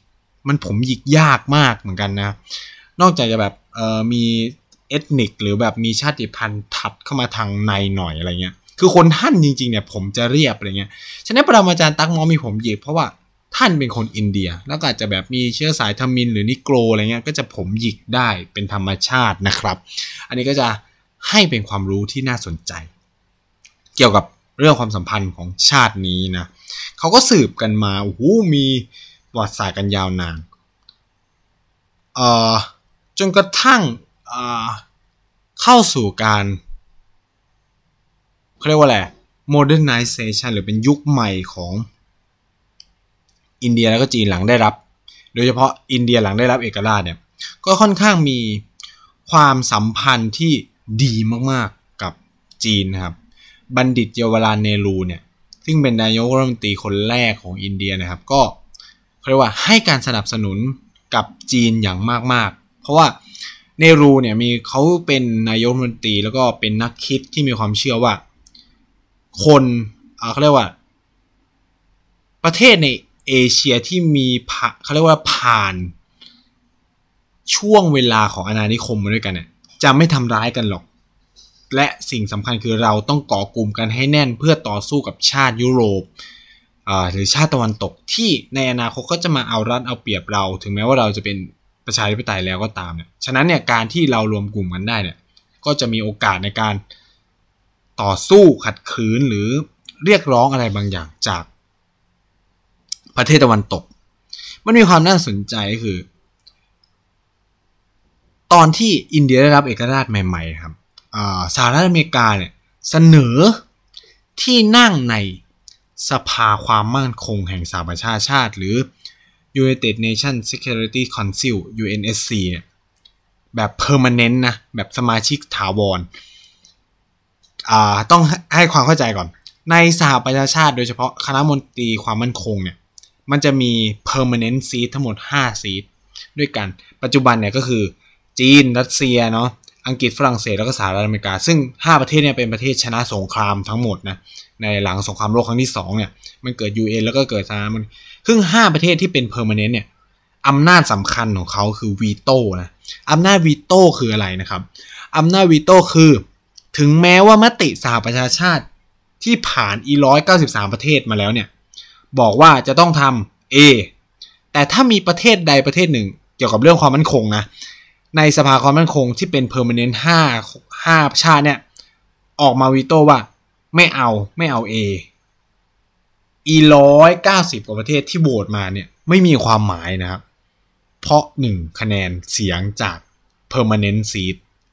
มันผมหยิกยากมากเหมือนกันนะนอกจากจะแบบเอ่อมีเอทนิกหรือแบบมีชาติพันธุ์ถัดเข้ามาทางในหน่อยอะไรเงี้ยคือคนท่านจริงๆเนี่ยผมจะเรียบอะไรเงี้ยฉะนั้นปรมาจารย์ตั๊กม้อมีผมหยิกเพราะว่าท่านเป็นคนอินเดียแล้วก็อาจจะแบบมีเชื้อสายทมิฬหรือนิโกรอะไรเงี้ยก็จะผมหยิกได้เป็นธรรมชาตินะครับอันนี้ก็จะให้เป็นความรู้ที่น่าสนใจเกี่ยวกับเรื่องความสัมพันธ์ของชาตินี้นะเขาก็สืบกันมาโอ้โหมีประวัติศาสตร์กันยาวนานเอ่อจนกระทั่งเอ่อเข้าสู่การเขาเรียกว่าอะไร modernization หรือเป็นยุคใหม่ของอินเดียแล้วก็จีนหลังได้รับโดยเฉพาะอินเดียหลังได้รับเอกราชเนี่ยก็ค่อนข้างมีความสัมพันธ์ที่ดีมากๆกับจีนนะครับบัณฑิตเยาวราชเนรูเนี่ยซึ่งเป็นนายกรัฐมนตรีคนแรกของอินเดียนะครับก็เขาเรียกว่าให้การสนับสนุนกับจีนอย่างมากๆเพราะว่าเนรูเนี่ยมีเขาเป็นนายกรัฐมนตรีแล้วก็เป็นนักคิดที่มีความเชื่อว่าคนเขาเรียกว่าประเทศในเอเชียที่มีเขาเรียกว่าผ่านช่วงเวลาของอาณานิคมมาด้วยกันเนี่ยจะไม่ทำร้ายกันหรอกและสิ่งสำคัญคือเราต้องก่อกลุ่มกันให้แน่นเพื่อต่อสู้กับชาติยุโรปหรือชาติตะวันตกที่ในอนาคตก็จะมาเอารัดเอาเปรียบเราถึงแม้ว่าเราจะเป็นประชาธิปไตยแล้วก็ตามเนี่ยฉะนั้นเนี่ยการที่เรารวมกลุ่มกันได้เนี่ยก็จะมีโอกาสในการต่อสู้ขัดขืนหรือเรียกร้องอะไรบางอย่างจากประเทศตะวันตกมันมีความน่าสนใจคือตอนที่อินเดียได้รับเอกราชใหม่ๆครับสหรัฐอเมริกาเนี่ยเสนอที่นั่งในสภาความมั่นคงแห่งสหประชาชาติหรือ United Nations Security Council ยู เอ็น เอส ซี เนี่ยแบบ permanent นะแบบสมาชิกถาวรอ่าต้องให้ความเข้าใจก่อนในสหประชาชาติโดยเฉพาะคณะมนตรีความมั่นคงเนี่ยมันจะมี permanent seat ทั้งหมดห้าซีทด้วยกันปัจจุบันเนี่ยก็คือจีนรัสเซียเนาะอังกฤษฝรั่งเศสแล้วก็สหรัฐอเมริกาซึ่งห้าประเทศเนี่ยเป็นประเทศชนะสงครามทั้งหมดนะในหลังสงครามโลกครั้งที่สองเนี่ยมันเกิด ยู เอ็น แล้วก็เกิดสหรัฐมันซึ่งห้าประเทศที่เป็น permanent เนี่ยอำนาจสำคัญของเขาคือวีโต้นะอำนาจวีโต้คืออะไรนะครับอำนาจวีโต้คือถึงแม้ว่ามติสหประชาชาติที่ผ่านอีหนึ่งร้อยเก้าสิบสามประเทศมาแล้วเนี่ยบอกว่าจะต้องทำ A แต่ถ้ามีประเทศใดประเทศหนึ่งเกี่ยวกับเรื่องความมั่นคงนะในสภาความมั่นคงที่เป็น permanent ห้า ห้าชาติเนี่ยออกมาวีโต้ว่าไม่เอาไม่เอา A อีหนึ่งร้อยเก้าสิบกว่าประเทศที่โหวตมาเนี่ยไม่มีความหมายนะครับเพราะหนึ่งคะแนนเสียงจาก permanent seat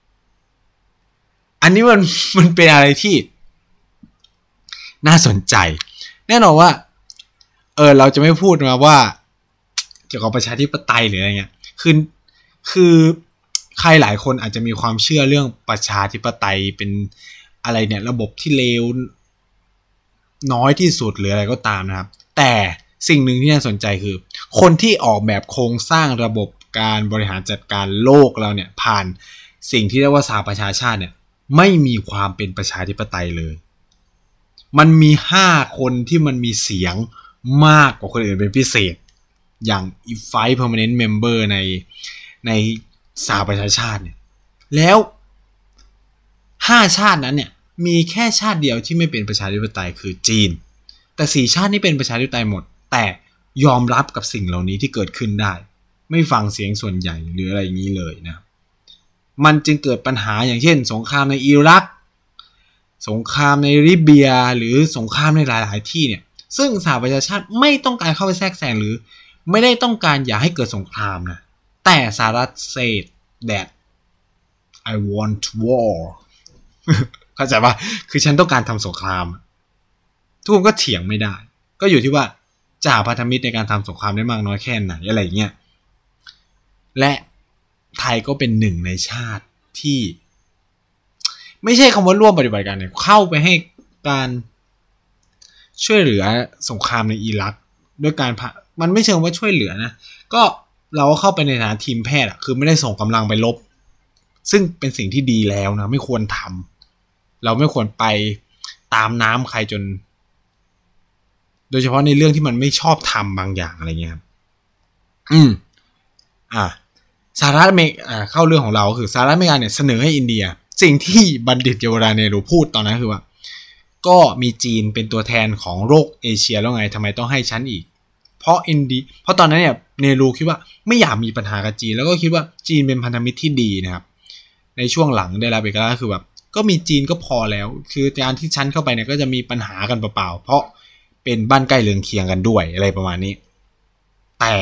อันนี้มันมันเป็นอะไรที่น่าสนใจแน่นอนว่าเออเราจะไม่พูดมาว่าเกี่ยวกับประชาธิปไตยหรืออะไรเงี้ยคือคือใครหลายคนอาจจะมีความเชื่อเรื่องประชาธิปไตยเป็นอะไรเนี่ยระบบที่เลวน้อยที่สุดหรืออะไรก็ตามนะครับแต่สิ่งหนึ่งที่น่าสนใจคือคนที่ออกแบบโครงสร้างระบบการบริหารจัดการโลกเราเนี่ยผ่านสิ่งที่เรียกว่าสหประชาชาติเนี่ยไม่มีความเป็นประชาธิปไตยเลยมันมีห้าคนที่มันมีเสียงมากกว่าคนอื่นเป็นพิเศษอย่าง five permanent member ในในสหประชาชาติเนี่ยแล้วห้าชาตินั้นเนี่ยมีแค่ชาติเดียวที่ไม่เป็นประชาธิปไตยคือจีนแต่สี่ชาตินี้เป็นประชาธิปไตยหมดแต่ยอมรับกับสิ่งเหล่านี้ที่เกิดขึ้นได้ไม่ฟังเสียงส่วนใหญ่หรืออะไรอย่างนี้เลยนะมันจึงเกิดปัญหาอย่างเช่นสงครามในอิรักสงครามในลิเบียหรือสงครามในหลายๆที่เนี่ยซึ่งสหประชาชาติไม่ต้องการเข้าไปแทรกแซงหรือไม่ได้ต้องการอย่าให้เกิดสงครามนะแต่สหรัฐ said that I want war เข้าใจป่ะคือฉันต้องการทำสงครามทุกคนก็เถียงไม่ได้ก็อยู่ที่ว่าจะหาพันธมิตรในการทำสงครามได้มากน้อยแค่ไหนอะไรเงี้ยและไทยก็เป็นหนึ่งในชาติที่ไม่ใช่คำว่าร่วมปฏิบัติการเนี่ยเข้าไปให้การช่วยเหลือสงครามในอิรักด้วยการมันไม่เชิงว่าช่วยเหลือนะก็เราก็เข้าไปในฐานะทีมแพทย์อ่ะคือไม่ได้ส่งกำลังไปรบซึ่งเป็นสิ่งที่ดีแล้วนะไม่ควรทำเราไม่ควรไปตามน้ำใครจนโดยเฉพาะในเรื่องที่มันไม่ชอบทำบางอย่างอะไรเงี้ยครับอืมอ่ะสหรัฐอเมริกาเข้าเรื่องของเราคือสหรัฐอเมริกาเนี่ยเสนอให้อินเดียสิ่งที่บัณฑิตเยาวราชเนรูพูดตอนนั้นคือว่าก็มีจีนเป็นตัวแทนของโลกเอเชียแล้วไงทำไมต้องให้ฉันอีกเพราะอินเดียเพราะตอนนั้นเนี่ยเนรูคิดว่าไม่อยากมีปัญหากับจีนแล้วก็คิดว่าจีนเป็นพันธมิตรที่ดีนะครับในช่วงหลังได้รับเอกราชคือแบบก็มีจีนก็พอแล้วคือการที่ฉันเข้าไปเนี่ยก็จะมีปัญหากันเปล่าๆเพราะเป็นบ้านใกล้เรือนเคียงกันด้วยอะไรประมาณนี้แต่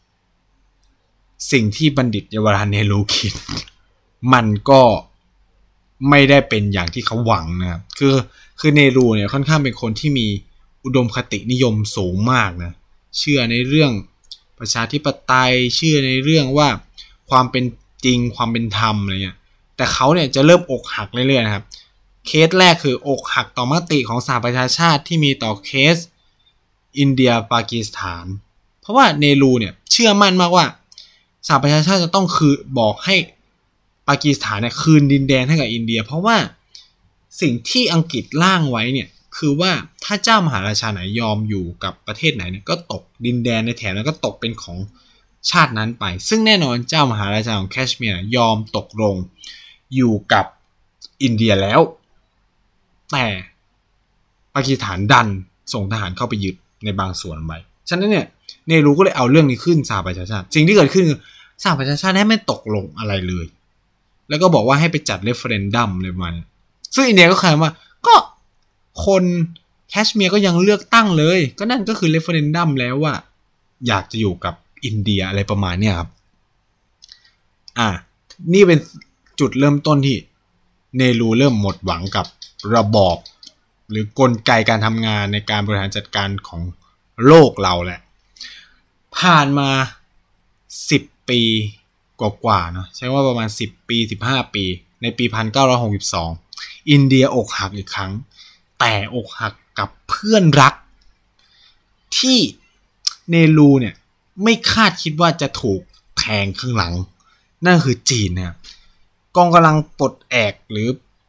สิ่งที่บัณฑิตเยาวราชเนรูคิดมันก็ไม่ได้เป็นอย่างที่เขาหวังนะครับคือคือเนรูเนี่ยค่อนข้างเป็นคนที่มีอุดมคตินิยมสูงมากนะเชื่อในเรื่องประชาธิปไตยเชื่อในเรื่องว่าความเป็นจริงความเป็นธรรมอะไรเงี้ยแต่เขาเนี่ยจะเริ่มอกหักเรื่อยๆนะครับเคสแรกคืออกหักต่อมติของสหประชาชาติที่มีต่อเคสอินเดียปากีสถานเพราะว่าเนรูเนี่ยเชื่อมั่นมากว่าสหประชาชาติจะต้องคือบอกให้ปากีสถานเนี่ยคืนดินแดนให้กับอินเดียเพราะว่าสิ่งที่อังกฤษร่างไว้เนี่ยคือว่าถ้าเจ้ามหาราชาไหนยอมอยู่กับประเทศไหนเนี่ยก็ตกดินแดนในแถบนั้นก็ตกเป็นของชาตินั้นไปซึ่งแน่นอนเจ้ามหาราชาของแคชเมียร์ยอมตกลงอยู่กับอินเดียแล้วแต่ปากีสถานดันส่งทหารเข้าไปยึดในบางส่วนไปฉะนั้นเนี่ยเนรูก็เลยเอาเรื่องนี้ขึ้นสหประชาชาติสิ่งที่เกิดขึ้นคือสหประชาชาติไม่ตกลงอะไรเลยแล้วก็บอกว่าให้ไปจัดเรฟเฟอเรนดัมเลยมันซึ่งอินเดียก็เคลมว่าก็คนแคชเมียร์ก็ยังเลือกตั้งเลยก็นั่นก็คือเรฟเฟอเรนดัมแล้วว่าอยากจะอยู่กับอินเดียอะไรประมาณเนี้ยครับอ่ะนี่เป็นจุดเริ่มต้นที่เนรูเริ่มหมดหวังกับระบอบหรือกลไกการทำงานในการบริหารจัดการของโลกเราแหละผ่านมาสิบปีกว่าๆเนาะใช้ว่าประมาณสิบปีสิบห้าปีในปีหนึ่งพันเก้าร้อยหกสิบสองอินเดียอกหักอีกครั้งแต่อกหักกับเพื่อนรักที่เนรูเนี่ยไม่คาดคิดว่าจะถูกแทงข้างหลังนั่นคือจีนนะครับกองกำลังปลดแอกหรือ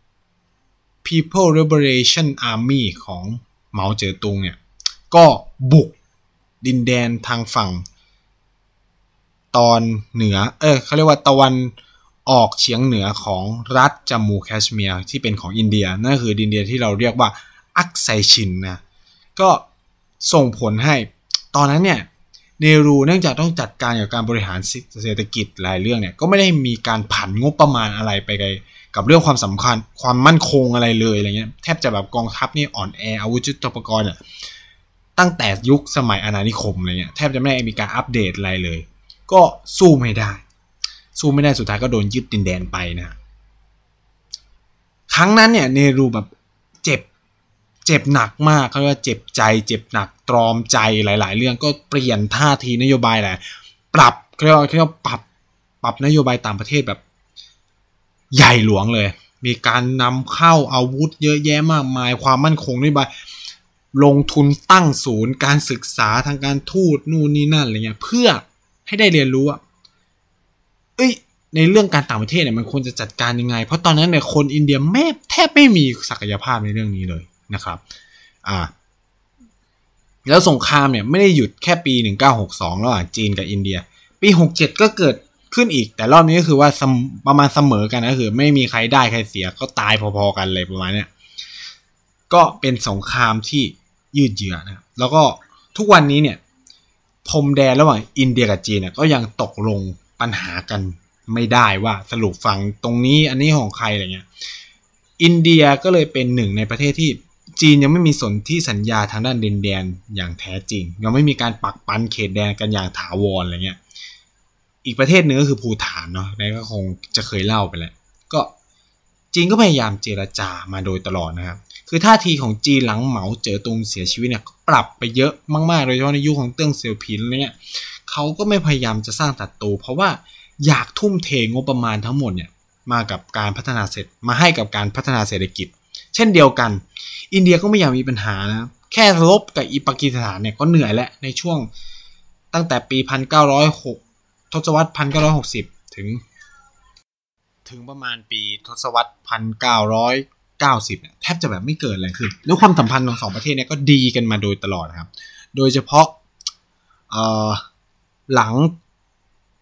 People Liberation Army ของเหมาเจ๋อตุงเนี่ยก็บุกดินแดนทางฝั่งตอนเหนือเออเขาเรียกว่าตะวันออกเฉียงเหนือของรัฐจัมมูแคชเมียร์ที่เป็นของอินเดียนั่นคือดินแดนที่เราเรียกว่าอักไซชินนะก็ส่งผลให้ตอนนั้นเนี่ยเนรูเนื่องจากต้องจัดการกับการบริหารเศรษฐกิจหลายเรื่องเนี่ยก็ไม่ได้มีการผันงบประมาณอะไรไปกับเรื่องความสำคัญความมั่นคงอะไรเลยอะไรเงี้ยแทบจะแบบกองทัพนี่อ่อนแออาวุธยุทโธปกรณ์เนี่ยตั้งแต่ยุคสมัยอาณานิคมอะไรเงี้ยแทบจะไม่ได้มีการอัปเดตอะไรเลยก็สู้ไม่ได้สู้ไม่ได้สุดท้ายก็โดนยึดดินแดนไปนะครั้งนั้นเนี่ยเนรูแบบเจ็บเจ็บหนักมากเขาเรียกว่าเจ็บใจเจ็บหนักตรอมใจหลายๆเรื่องก็เปลี่ยนท่าทีนโยบายแหละปรับเขาเรียกว่าเขาเรียกว่าปรับปรับนโยบายต่างประเทศแบบใหญ่หลวงเลยมีการนำเข้าอาวุธเยอะแยะมากมายความมั่นคงนโยบายลงทุนตั้งศูนย์การศึกษาทางการทูตนู่นนี่นั่นอะไรเงี้ยเพื่อให้ได้เรียนรู้ว่าเอ้ยในเรื่องการต่างประเทศเนี่ยมันควรจะจัดการยังไงเพราะตอนนั้นเนี่ยคนอินเดียแม่แทบไม่มีศักยภาพในเรื่องนี้เลยนะครับอ่าแล้วสงครามเนี่ยไม่ได้หยุดแค่ปีหนึ่งพันเก้าร้อยหกสิบสองระหว่างจีนกับอินเดียปีหกสิบเจ็ดก็เกิดขึ้นอีกแต่รอบนี้ก็คือว่าประมาณเสมอกันก็คือไม่มีใครได้ใครเสียก็ตายพอๆกันเลยประมาณเนี้ยก็เป็นสงครามที่ยืดเยื้อนะครับแล้วก็ทุกวันนี้เนี่ยพรมแดนระหว่างอินเดียกับจีนเนี่ยก็ยังตกลงปัญหากันไม่ได้ว่าสรุปฝั่งตรงนี้อันนี้ของใครอะไรเงี้ยอินเดียก็เลยเป็นหนึ่งในประเทศที่จีนยังไม่มีสนธิสัญญาทางด้านดินแดนอย่างแท้จริงยังไม่มีการปักปันเขตแดนกันอย่างถาวรอะไรเงี้ยอีกประเทศนึงก็คือภูฏานเนาะนั่นก็คงจะเคยเล่าไปแล้วก็จีนก็พยายามเจรจามาโดยตลอดนะครับคือท่าทีของจีนหลังเหมาเจ๋อตุงเสียชีวิตเนี่ยปรับไปเยอะมากๆโดยเฉพาะในยุคของเติ้งเสี่ยวผินอะไรเงี้ยเขาก็ไม่พยายามจะสร้างศัตรูเพราะว่าอยากทุ่มเทงบประมาณทั้งหมดเนี่ยมากับการพัฒนาเศรษฐมาให้กับการพัฒนาเศรษฐกิจเช่นเดียวกันอินเดียก็ไม่อยากมีปัญหานะแค่รบกับปากีสถานเนี่ยก็เหนื่อยแล้วในช่วงตั้งแต่ปีหนึ่งพันเก้าร้อยหกทศวรรษหนึ่งพันเก้าร้อยหกสิบถึงถึงประมาณปีทศวรรษหนึ่งพันเก้าร้อยเก้าสิบเนี่ยแทบจะแบบไม่เกิดอะไรขึ้นแล้วความสัมพันธ์ของสองประเทศเนี่ยก็ดีกันมาโดยตลอดครับโดยเฉพาะเอ่อหลัง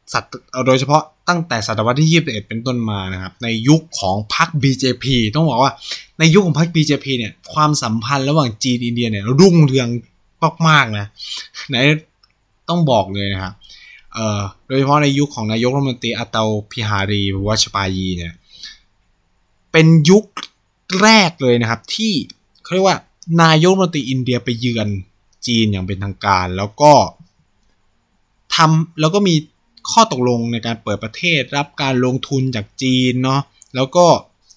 โดยเฉพาะตั้งแต่ศตวรรษที่ยี่สิบเอ็ดเป็นต้นมานะครับในยุคของพรรค บี เจ พี ต้องบอกว่าในยุคของพรรค บี เจ พี เนี่ยความสัมพันธ์ระหว่างจีนอินเดียเนี่ยรุ่งเรืองมากๆนะไหนต้องบอกเลยนะครับเอ่อโดยเฉพาะในยุคของนายกรัฐมนตรีอาเตาพิหารีวัชปายีเนี่ยเป็นยุคแรกเลยนะครับที่เขาเรียกว่านายกรัฐมนตรีอินเดียไปเยือนจีนอย่างเป็นทางการแล้วก็ทำแล้วก็มีข้อตกลงในการเปิดประเทศรับการลงทุนจากจีนเนาะแล้วก็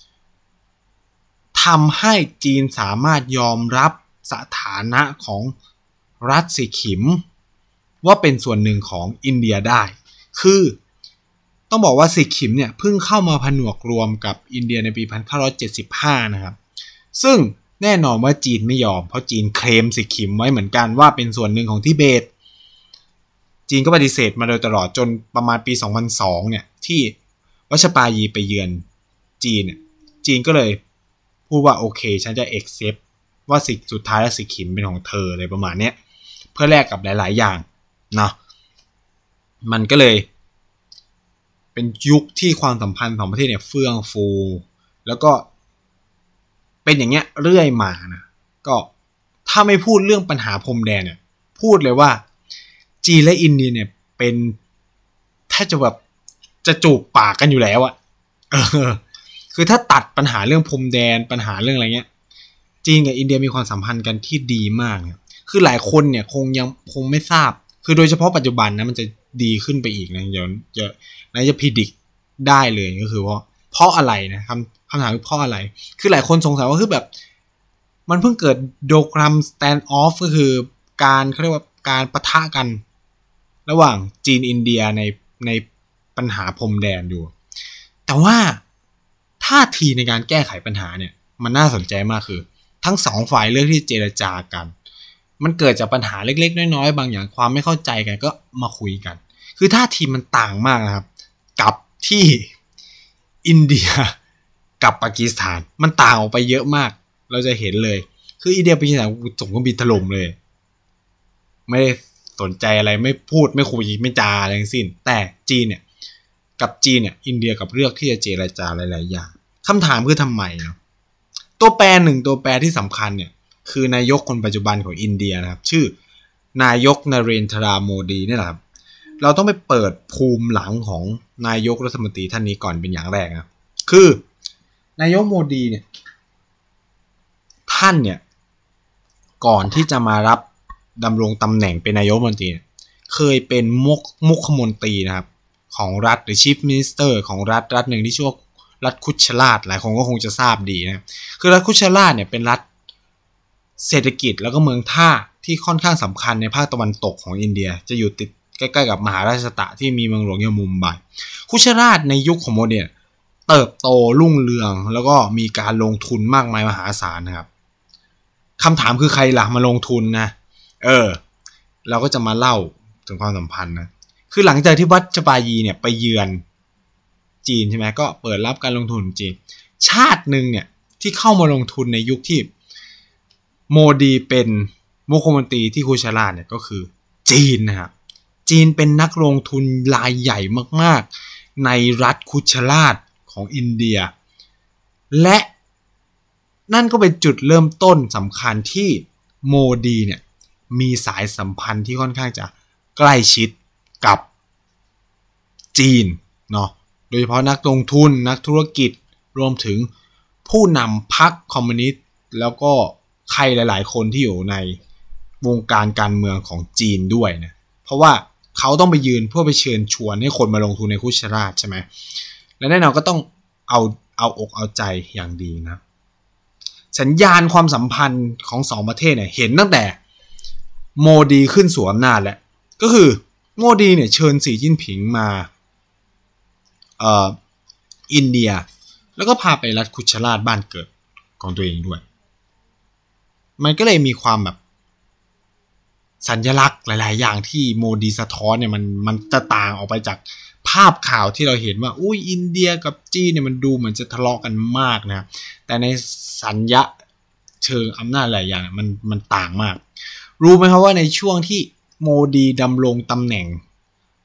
ทำให้จีนสามารถยอมรับสถานะของรัฐสีขิมว่าเป็นส่วนหนึ่งของอินเดียได้คือต้องบอกว่าสีขิมเนี่ยเพิ่งเข้ามาผนวกรวมกับอินเดียในปีหนึ่งพันเก้าร้อยเจ็ดสิบห้านะครับซึ่งแน่นอนว่าจีนไม่ยอมเพราะจีนเคลมสีขิมไว้เหมือนกันว่าเป็นส่วนหนึ่งของทิเบตจีนก็ปฏิเสธมาโดยตลอดจนประมาณปีสองพันสองเนี่ยที่วัชปายีไปเยือนจีนเนี่ยจีนก็เลยพูดว่าโอเคฉันจะ accept ว่าสิสุดท้ายแล้วสีขิมเป็นของเธออะไรประมาณเนี้ยเพื่อแลกกับหลายๆอย่างเนาะมันก็เลยเป็นยุคที่ความสัมพันธ์ของประเทศเนี่ยเฟื่องฟูแล้วก็เป็นอย่างเงี้ยเรื่อยมานะก็ถ้าไม่พูดเรื่องปัญหาพรมแดนเนี่ยพูดเลยว่าจีนและอินเดียเนี่ยเป็นแทบจะแบบจะจูบปากกันอยู่แล้วอะเออคือถ้าตัดปัญหาเรื่องพรมแดนปัญหาเรื่องอะไรเงี้ยจีนกับอินเดียมีความสัมพันธ์กันที่ดีมากเนี่ยคือหลายคนเนี่ยคงยังคงไม่ทราบคือโดยเฉพาะปัจจุบันนะมันจะดีขึ้นไปอีกนะเดี๋ยวจะนายจะพิจิตรได้เลยก็คือเพราะเพราะอะไรนะคำคำถามคือเพราะอะไรคือหลายคนสงสัยว่าคือแบบมันเพิ่งเกิดโดกรัมสแตนด์ออฟก็คือการเขาเรียกว่าการปะทะกันระหว่างจีนอินเดียในในปัญหาพรมแดนอยู่แต่ว่าท่าทีในการแก้ไขปัญหาเนี่ยมันน่าสนใจมากคือทั้งสองฝ่ายเลือกที่เจรจากันมันเกิดจากปัญหาเล็กๆน้อยๆบางอย่างความไม่เข้าใจกันก็มาคุยกันคือท่าทีมันต่างมากนะครับกับที่อินเดียกับปากีสถานมันต่างออกไปเยอะมากเราจะเห็นเลยคืออินเดียปากีสถานส่งเครื่องบินถล่มเลยไม่ได้สนใจอะไรไม่พูดไม่คุยไม่จาอะไรทั้งสิ้นแต่จีนเนี่ยกับจีนเนี่ยอินเดียกับเลือกที่จะเจรจาหลายๆอย่างคำถามคือทำไมเนาะตัวแปรหนึ่งตัวแปรที่สำคัญเนี่ยคือนายกคนปัจจุบันของอินเดียนะครับชื่อนายกนเรนทราโมดีนี่แหละครับเราต้องไปเปิดภูมิหลังของนายกรัฐมนตรีท่านนี้ก่อนเป็นอย่างแรกนะคือนายกโมดีเนี่ยท่านเนี่ยก่อนที่จะมารับดำรงตำแหน่งเป็นนายกรัฐมนตรีเคยเป็นมุขมุขมนตรีนะครับของรัฐหรือ Chief Minister ของรัฐรัฐหนึ่งที่ชื่อรัฐคุชลาดหลายคนก็คงจะทราบดีนะคือรัฐคุชลาดเนี่ยเป็นรัฐเศรษฐกิจแล้วก็เมืองท่าที่ค่อนข้างสำคัญในภาคตะวันตกของอินเดียจะอยู่ติดใกล้ๆกับมหาราชตะที่มีเมืองหลวงอย่างมุมไบคุชลาดในยุคของโมเดลเติบโตรุ่งเรืองแล้วก็มีการลงทุนมากมายมหาศาลนะครับคำถามคือใครล่ะมาลงทุนนะเออเราก็จะมาเล่าถึงความสัมพันธ์นะคือหลังจากที่วัชปายีเนี่ยไปเยือนจีนใช่ไหมก็เปิดรับการลงทุนจีนชาติหนึ่งเนี่ยที่เข้ามาลงทุนในยุคที่โมดีเป็นมุขมนตรีที่คุชลาดเนี่ยก็คือจีนนะครับจีนเป็นนักลงทุนรายใหญ่มากๆในรัฐคุชลาดของอินเดียและนั่นก็เป็นจุดเริ่มต้นสำคัญที่โมดีเนี่ยมีสายสัมพันธ์ที่ค่อนข้างจะใกล้ชิดกับจีนเนาะโดยเฉพาะนักลงทุนนักธุรกิจรวมถึงผู้นำพรรคคอมมิวนิสต์แล้วก็ใครหลายๆคนที่อยู่ในวงการการเมืองของจีนด้วยนะเพราะว่าเขาต้องไปยืนเพื่อไปเชิญชวนให้คนมาลงทุนในคุชลาดใช่ไหมและแน่นอนก็ต้องเอาเอาอกเอาใจอย่างดีนะสัญญาณความสัมพันธ์ของสองประเทศเนี่ยเห็นตั้งแต่โมดีขึ้นสู่อำนาจแล้วก็คือโมดีเนี่ยเชิญสีจิ้นผิงมาเอ่ออินเดียแล้วก็พาไปรัฐคุชลาดบ้านเกิดของตัวเองด้วยมันก็เลยมีความแบบสัญลักษณ์หลายๆอย่างที่โมดีสะท้อนเนี่ยมันมันจะต่างออกไปจากภาพข่าวที่เราเห็นว่าอุ้ยอินเดียกับจีนเนี่ยมันดูเหมือนจะทะเลาะกันมากนะแต่ในสัญญาเชิงอำนาจหลายอย่างมันมันต่างมากรู้ไหมครับว่าในช่วงที่โมดีดำรงตำแหน่ง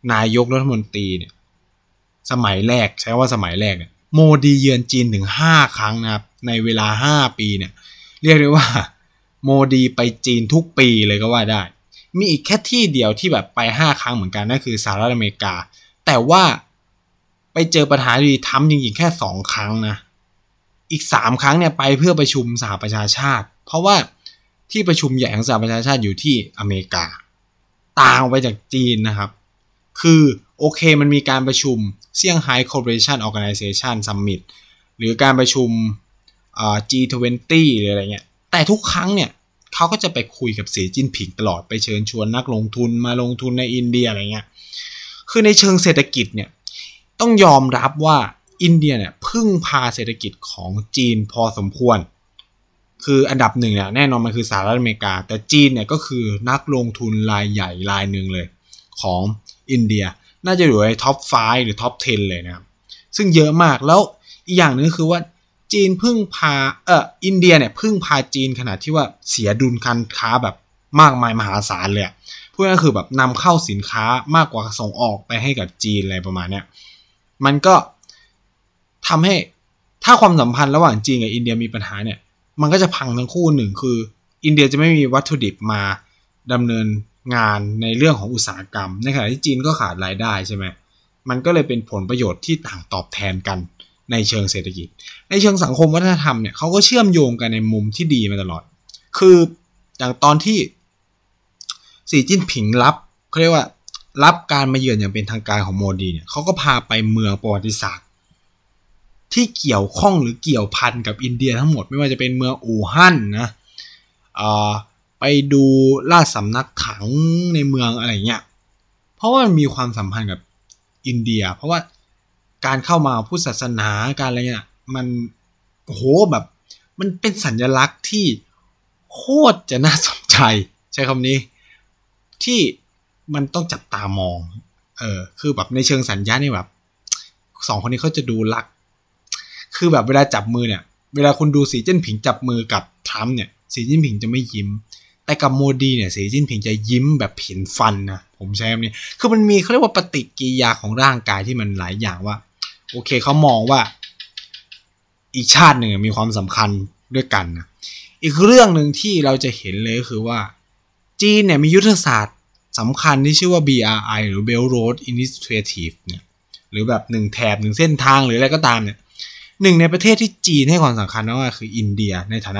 นายกรัฐมนตรีเนี่ยสมัยแรกใช้ว่าสมัยแรกเนี่ยโมดีเยือนจีนถึงห้าครั้งนะครับในเวลาห้าปีเนี่ยเรียกได้ว่าโมดีไปจีนทุกปีเลยก็ว่าได้มีอีกแค่ที่เดียวที่แบบไปห้าครั้งเหมือนกันนั่นคือสหรัฐอเมริกาแต่ว่าไปเจอประธานาธิบดีทรัมป์จริงๆแค่สองครั้งนะอีกสามครั้งเนี่ยไปเพื่อประชุมสหประชาชาติเพราะว่าที่ประชุมใหญ่ของสหประชาชาติอยู่ที่อเมริกาต่างไปจากจีนนะครับคือโอเคมันมีการประชุมเซี่ยงไฮ้ Cooperation Organization Summit หรือการประชุมอ่า จี ยี่สิบ หรืออะไรเงี้ยแต่ทุกครั้งเนี่ยเขาก็จะไปคุยกับสีจิ้นผิงตลอดไปเชิญชวนนักลงทุนมาลงทุนในอินเดียอะไรเงี้ยคือในเชิงเศรษฐกิจเนี่ยต้องยอมรับว่าอินเดียเนี่ยพึ่งพาเศรษฐกิจของจีนพอสมควรคืออันดับหนึ่งเนี่ยแน่นอนมันคือสหรัฐอเมริกาแต่จีนเนี่ยก็คือนักลงทุนรายใหญ่รายหนึ่งเลยของอินเดียน่าจะอยู่ในท็อปห้าหรือท็อปสิบเลยนะครับซึ่งเยอะมากแล้วอีกอย่างนึงคือว่าจีนพึ่งพาเอออินเดียเนี่ยพึ่งพาจีนขนาดที่ว่าเสียดุลการค้าแบบมากมายมหาศาลเลยพูดง่ายๆคือแบบนำเข้าสินค้ามากกว่าส่งออกไปให้กับจีนอะไรประมาณเนี้ยมันก็ทำให้ถ้าความสัมพันธ์ระหว่างจีนกับอินเดียมีปัญหาเนี่ยมันก็จะพังทั้งคู่หนึ่งคืออินเดียจะไม่มีวัตถุดิบมาดำเนินงานในเรื่องของอุตสาหกรรมในขณะที่จีนก็ขาดรายได้ใช่ไหมมันก็เลยเป็นผลประโยชน์ที่ต่างตอบแทนกันในเชิงเศรษฐกิจในเชิงสังคมวัฒนธรรมเนี่ยเขาก็เชื่อมโยงกันในมุมที่ดีมาตลอดคืออย่างตอนที่สีจิ้นผิงรับเขาเรียกว่ารับการมาเยือนอย่างเป็นทางการของโมดีเนี่ยเขาก็พาไปเมืองประวัติศาสตร์ที่เกี่ยวข้องหรือเกี่ยวพันกับอินเดียทั้งหมดไม่ว่าจะเป็นเมืองอู่ฮั่นนะอ่าไปดูราชสำนักถังในเมืองอะไรเงี้ยเพราะว่ามันมีความสัมพันธ์กับอินเดียเพราะว่าการเข้ามาพุทธศาสนาการอะไรเงี้ยมันโหแบบมันเป็นสัญลักษณ์ที่โคตรจะน่าสนใจใช้คำนี้ที่มันต้องจับตามองเออคือแบบในเชิงสัญญาเนี่ยแบบสองคนนี้เขาจะดูรักคือแบบเวลาจับมือเนี่ยเวลาคุณดูสีจิ้นผิงจับมือกับทรัมป์เนี่ยสีจิ้นผิงจะไม่ยิ้มแต่กับโมดีเนี่ยสีจิ้นผิงจะยิ้มแบบเห็นฟันนะผมใช้คำนี้คือมันมีเขาเรียกว่าปฏิกิริยาของร่างกายที่มันหลายอย่างว่าโอเคเขามองว่าอีกชาติหนึ่งมีความสำคัญด้วยกันนะอีกเรื่องหนึ่งที่เราจะเห็นเลยก็คือว่าจีนเนี่ยมียุทธศาสตร์สำคัญที่ชื่อว่า บี อาร์ ไอ หรือ Belt Road Initiative เนี่ยหรือแบบหนึ่งแถบหนึ่งเส้นทางหรืออะไรก็ตามเนี่ยหนึ่งในประเทศที่จีนให้ความสำคัญมากคืออินเดียในฐานะ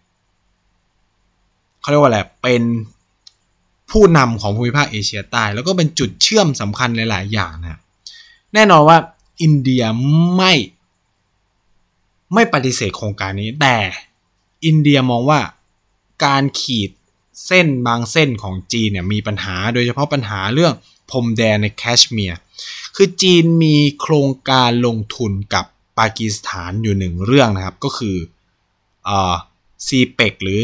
เขาเรียกว่าอะไรเป็นผู้นำของภูมิภาคเอเชียใต้แล้วก็เป็นจุดเชื่อมสำคัญหลายๆอย่างนะแน่นอนว่าอินเดียไม่ไม่ปฏิเสธโครงการนี้แต่อินเดียมองว่าการขีดเส้นบางเส้นของจีนเนี่ยมีปัญหาโดยเฉพาะปัญหาเรื่องพรมแดนในแคชเมียร์คือจีนมีโครงการลงทุนกับปากีสถานอยู่หนึ่งเรื่องนะครับก็คืออ่า ซี พี อี ซี หรือ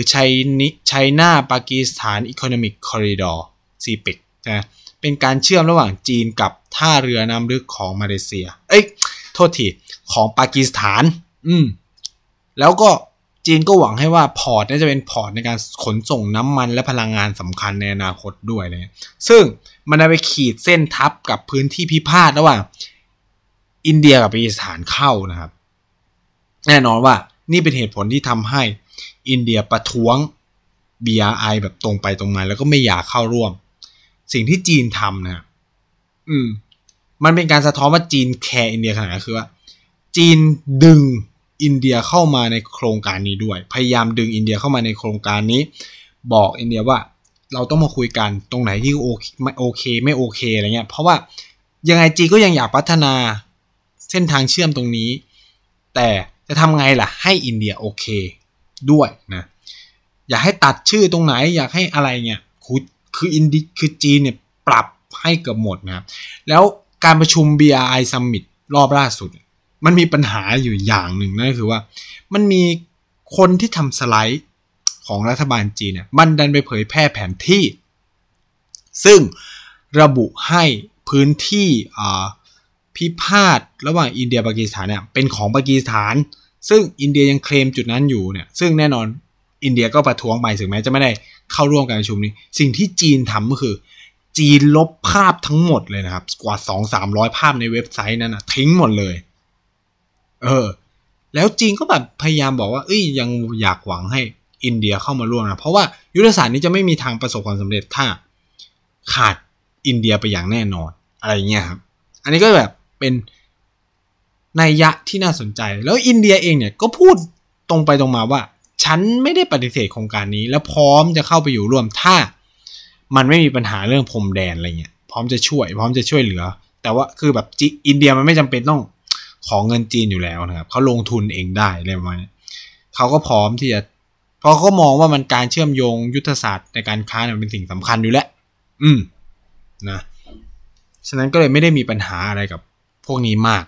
China Pakistan Economic Corridor ซี พี อี ซี นะเป็นการเชื่อมระหว่างจีนกับท่าเรือน้ำลึกของมาเลเซียเอ้ยโทษทีของปากีสถานอืมแล้วก็จีนก็หวังให้ว่าพอร์ตน่าจะเป็นพอร์ตในการขนส่งน้ำมันและพลังงานสำคัญในอนาคตด้วยเลยซึ่งมันได้ไปขีดเส้นทับกับพื้นที่พิพาทระหว่างอินเดียกับปากีสถานเข้านะครับแน่นอนว่านี่เป็นเหตุผลที่ทำให้อินเดียประท้วง บี อาร์ ไอ แบบตรงไปตรงมาแล้วก็ไม่อยากเข้าร่วมสิ่งที่จีนทำนะอืมมันเป็นการสะท้อนว่าจีนแคร์อินเดียขนาดนั้นคือว่าจีนดึงอินเดียเข้ามาในโครงการนี้ด้วยพยายามดึงอินเดียเข้ามาในโครงการนี้บอกอินเดียว่าเราต้องมาคุยกันตรงไหนที่โอเคไม่โอเคไม่โอเคอะไรเงี้ยเพราะว่ายังไงจีนก็ยังอยากพัฒนาเส้นทางเชื่อมตรงนี้แต่จะทำไงล่ะให้อินเดียโอเคด้วยนะอยากให้ตัดชื่อตรงไหนอยากให้อะไรเงี้ยคือคืออินเดียคือจีนเนี่ยปรับให้เกือบหมดนะครับแล้วการประชุม บี อาร์ ไอ Summit รอบล่าสุดมันมีปัญหาอยู่อย่างหนึ่งนั่นก็คือว่ามันมีคนที่ทำสไลด์ของรัฐบาลจีนเนี่ยมันดันไปเผยแพร่แผนที่ซึ่งระบุให้พื้นที่พิพาทระหว่างอินเดียปากีสถานเนี่ยเป็นของปากีสถานซึ่งอินเดียยังเคลมจุดนั้นอยู่เนี่ยซึ่งแน่นอนอินเดียก็ประท้วงไปถึงแม้จะไม่ได้เข้าร่วมการประชุมนี้สิ่งที่จีนทำก็คือจีนลบภาพทั้งหมดเลยนะครับกว่า สองถึงสามร้อย ภาพในเว็บไซต์นั้นนะทิ้งหมดเลยเออแล้วจีนก็แบบพยายามบอกว่าเอ้ยยังอยากหวังให้อินเดียเข้ามาร่วมนะเพราะว่ายุทธศาสตร์นี้จะไม่มีทางประสบความสำเร็จถ้าขาดอินเดียไปอย่างแน่นอนอะไรเงี้ยครับอันนี้ก็แบบเป็นนัยยะที่น่าสนใจแล้วอินเดียเองเนี่ยก็พูดตรงไปตรงมาว่าฉันไม่ได้ปฏิเสธโครงการนี้และพร้อมจะเข้าไปอยู่ร่วมถ้ามันไม่มีปัญหาเรื่องพรมแดนอะไรเงี้ยพร้อมจะช่วยพร้อมจะช่วยเหลือแต่ว่าคือแบบอินเดียมันไม่จำเป็นต้องขอเงินจีนอยู่แล้วนะครับเขาลงทุนเองได้อะไรประมาณนี้เขาก็พร้อมที่จะเพราะเขามองว่ามันการเชื่อมโยงยุทธศาสตร์ในการค้าเนี่ยเป็นสิ่งสำคัญอยู่แล้วอืมนะฉะนั้นก็เลยไม่ได้มีปัญหาอะไรกับพวกนี้มาก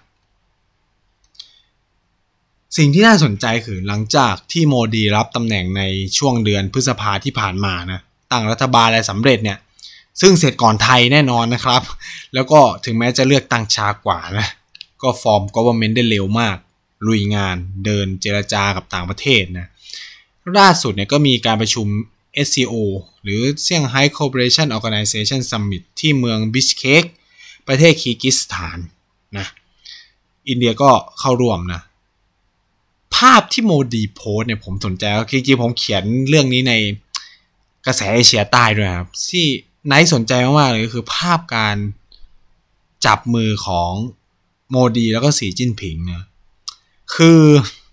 สิ่งที่น่าสนใจคือหลังจากที่โมดีรับตำแหน่งในช่วงเดือนพฤษภาที่ผ่านมานะตั้งรัฐบาลอะไรสำเร็จเนี่ยซึ่งเสร็จก่อนไทยแน่นอนนะครับแล้วก็ถึงแม้จะเลือกตั้งช้ากว่านะก็ฟอร์ม government ได้เร็วมากลุยงานเดินเจรจากับต่างประเทศนะล่าสุดเนี่ยก็มีการประชุม เอส ซี โอ หรือ Shanghai Cooperation Organization Summit ที่เมืองบิชเคกประเทศคีร์กิสถานนะอินเดียก็เข้าร่วมนะภาพที่โมดีโพสเนี่ยผมสนใจก็จริงๆผมเขียนเรื่องนี้ในกระแสเอเชียใต้ด้วยครับที่ไนท์สนใจมากๆเลยก็คือภาพการจับมือของโมดีแล้วก็สีจิ้นผิงเนี่ยคือ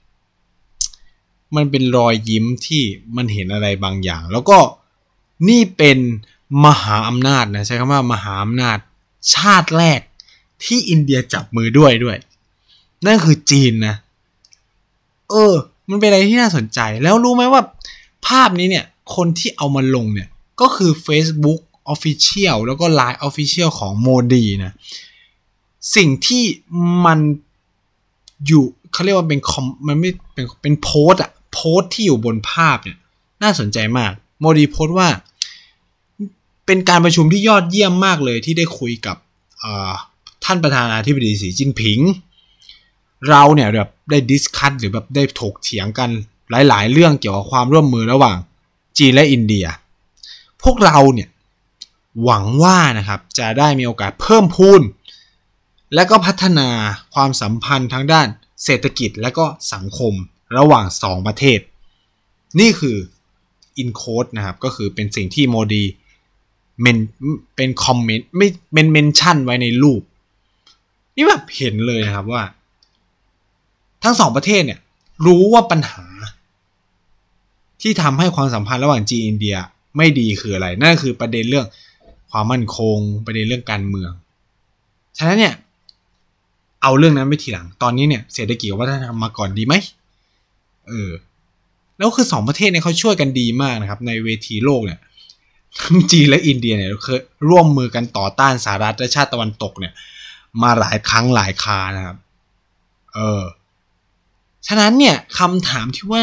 มันเป็นรอยยิ้มที่มันเห็นอะไรบางอย่างแล้วก็นี่เป็นมหาอำนาจนะใช้คำว่ามหาอำนาจชาติแรกที่อินเดียจับมือด้วยด้วยนั่นคือจีนนะเออมันเป็นอะไรที่น่าสนใจแล้วรู้ไหมว่าภาพนี้เนี่ยคนที่เอามาลงเนี่ยก็คือ Facebook Official แล้วก็ ไลน์ Official ของโมดีนะสิ่งที่มันอยู่เขาเรียกว่าเป็นคอมมันไม่เป็นเป็นโพสอะโพสที่อยู่บนภาพเนี่ยน่าสนใจมากโมดีโพสว่าเป็นการประชุมที่ยอดเยี่ยมมากเลยที่ได้คุยกับท่านประธานาธิบดีสีจิ้นผิงเราเนี่ยแบบได้ดิสคัสหรือแบบได้ถกเถียงกันหลายๆเรื่องเกี่ยวกับความร่วมมือระหว่างจีนและอินเดียพวกเราเนี่ยหวังว่านะครับจะได้มีโอกาสเพิ่มพูนและก็พัฒนาความสัมพันธ์ทางด้านเศรษฐกิจและก็สังคมระหว่างสองประเทศนี่คืออินโค้ดนะครับก็คือเป็นสิ่งที่โมดีเมนเป็นคอมเมนต์ไม่เป็นเมนชั่นไว้ในรูปนี่แบบเห็นเลยนะครับว่าทั้งสองประเทศเนี่ยรู้ว่าปัญหาที่ทำให้ความสัมพันธ์ระหว่างจีนอินเดียไม่ดีคืออะไรนั่นคือประเด็นเรื่องความมั่นคงประเด็นเรื่องการเมืองฉะนั้นเนี่ยเอาเรื่องนั้นไปทีหลังตอนนี้เนี่ยเศรษฐกิจวัฒนธรรมมาก่อนดีไหมเออแล้วคือสองประเทศเนี่ยเขาช่วยกันดีมากนะครับในเวทีโลกเนี่ยทั้งจีนและอินเดียเนี่ยเคยร่วมมือกันต่อต้านสหรัฐและชาติตะวันตกเนี่ยมาหลายครั้งหลายครานะครับเออฉะนั้นเนี่ยคำถามที่ว่า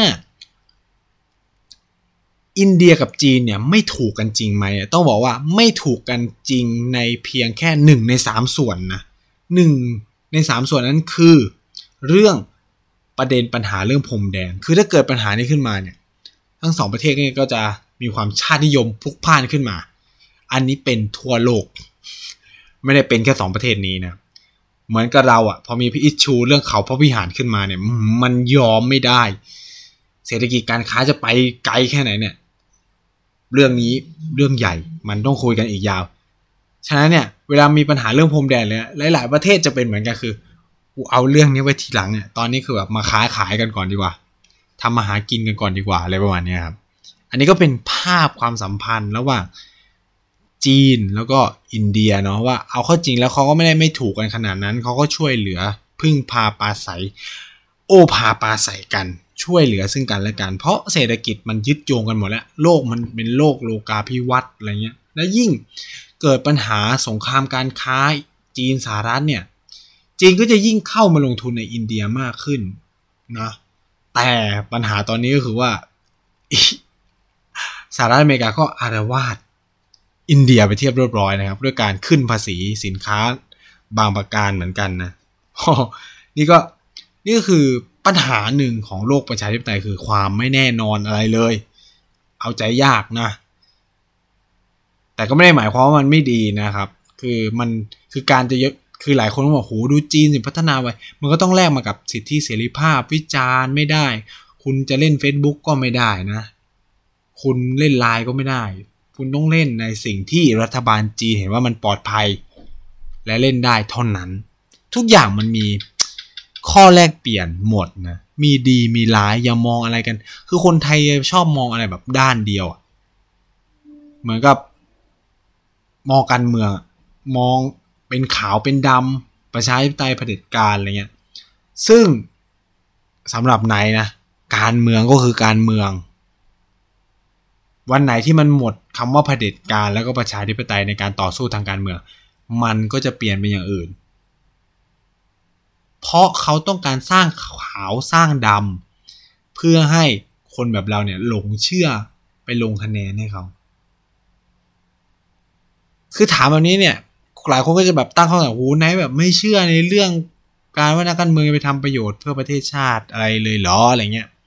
อินเดียกับจีนเนี่ยไม่ถูกกันจริงไหมต้องบอกว่าไม่ถูกกันจริงในเพียงแค่หนึ่งในสามส่วนนะหนึ่งในสามส่วนนั้นคือเรื่องประเด็นปัญหาเรื่องพรมแดนคือถ้าเกิดปัญหานี้ขึ้นมาเนี่ยทั้งสองประเทศนี่ก็จะมีความชาตินิยมพลุกพล่านขึ้นมาอันนี้เป็นทั่วโลกไม่ได้เป็นแค่สองประเทศนี้นะเหมือนกับเราอ่ะพอมีอิชชูเรื่องเขาพระวิหารขึ้นมาเนี่ยมันยอมไม่ได้เศรษฐกิจการค้าจะไปไกลแค่ไหนเนี่ยเรื่องนี้เรื่องใหญ่มันต้องคุยกันอีกยาวฉะนั้นเนี่ยเวลามีปัญหาเรื่องพรมแดนเลยหลายๆประเทศจะเป็นเหมือนกันคือกูเอาเรื่องนี้ไว้ทีหลังเนี่ยตอนนี้คือแบบมาค้าขายกันก่อนดีกว่าทำมาหากินกันก่อนดีกว่าอะไรประมาณนี้ครับอันนี้ก็เป็นภาพความสัมพันธ์ระหว่างจีนแล้วก็อินเดียเนาะว่าเอาเข้าจริงแล้วเขาก็ไม่ได้ไม่ถูกกันขนาดนั้นเขาก็ช่วยเหลือพึ่งพาปาใสโอ้พาปาใสกันช่วยเหลือซึ่งกันและกันเพราะเศรษฐกิจมันยึดโยงกันหมดแล้วโลกมันเป็นโลกโลกาภิวัตน์อะไรเงี้ยและยิ่งเกิดปัญหาสงครามการค้าจีนสหรัฐเนี่ยจีนก็จะยิ่งเข้ามาลงทุนในอินเดียมากขึ้นนะแต่ปัญหาตอนนี้ก็คือว่าสหรัฐอเมริกาก็อารวาสอินเดียไปเทียบเรียบร้อยนะครับด้วยการขึ้นภาษีสินค้าบางประการเหมือนกันนะนี่ก็นี่ก็คือปัญหาหนึ่งของโลกประชาธิปไตยคือความไม่แน่นอนอะไรเลยเอาใจยากนะแต่ก็ไม่ได้หมายความว่ามันไม่ดีนะครับคือมันคือการจะเยอะคือหลายคนบอกโหดูจีนสิพัฒนาไว้มันก็ต้องแลกมากับสิทธิเสรีภาพวิจารณ์ไม่ได้คุณจะเล่น Facebook ก็ไม่ได้นะคุณเล่น ไลน์ ก็ไม่ได้คุณต้องเล่นในสิ่งที่รัฐบาลจีนเห็นว่ามันปลอดภัยและเล่นได้เท่านั้นทุกอย่างมันมีข้อแลกเปลี่ยนหมดนะมีดีมีร้ายอย่ามองอะไรกันคือคนไทยชอบมองอะไรแบบด้านเดียวเหมือนกับมองการเมืองมองเป็นขาวเป็นดำประชาธิปไตยเผด็จการอะไรเงี้ยซึ่งสำหรับไหนนะการเมืองก็คือการเมืองวันไหนที่มันหมดคำว่าเผด็จการแล้วก็ประชาธิปไตยในการต่อสู้ทางการเมืองมันก็จะเปลี่ยนเป็นอย่างอื่นเพราะเขาต้องการสร้างขาวสร้างดำเพื่อให้คนแบบเราเนี่ยหลงเชื่อไปลงคะแนนให้เขาคือถามแบบนี้เนี่ยหลายคนก็จะแบบตั้งข้อสังเกตโอ้ไหนแบบไม่เชื่อในเรื่องการว่านักการเมืองไปทำประโยชน์เพื่อประเทศชาติอะไรเลยเหรออะไรเงี้ย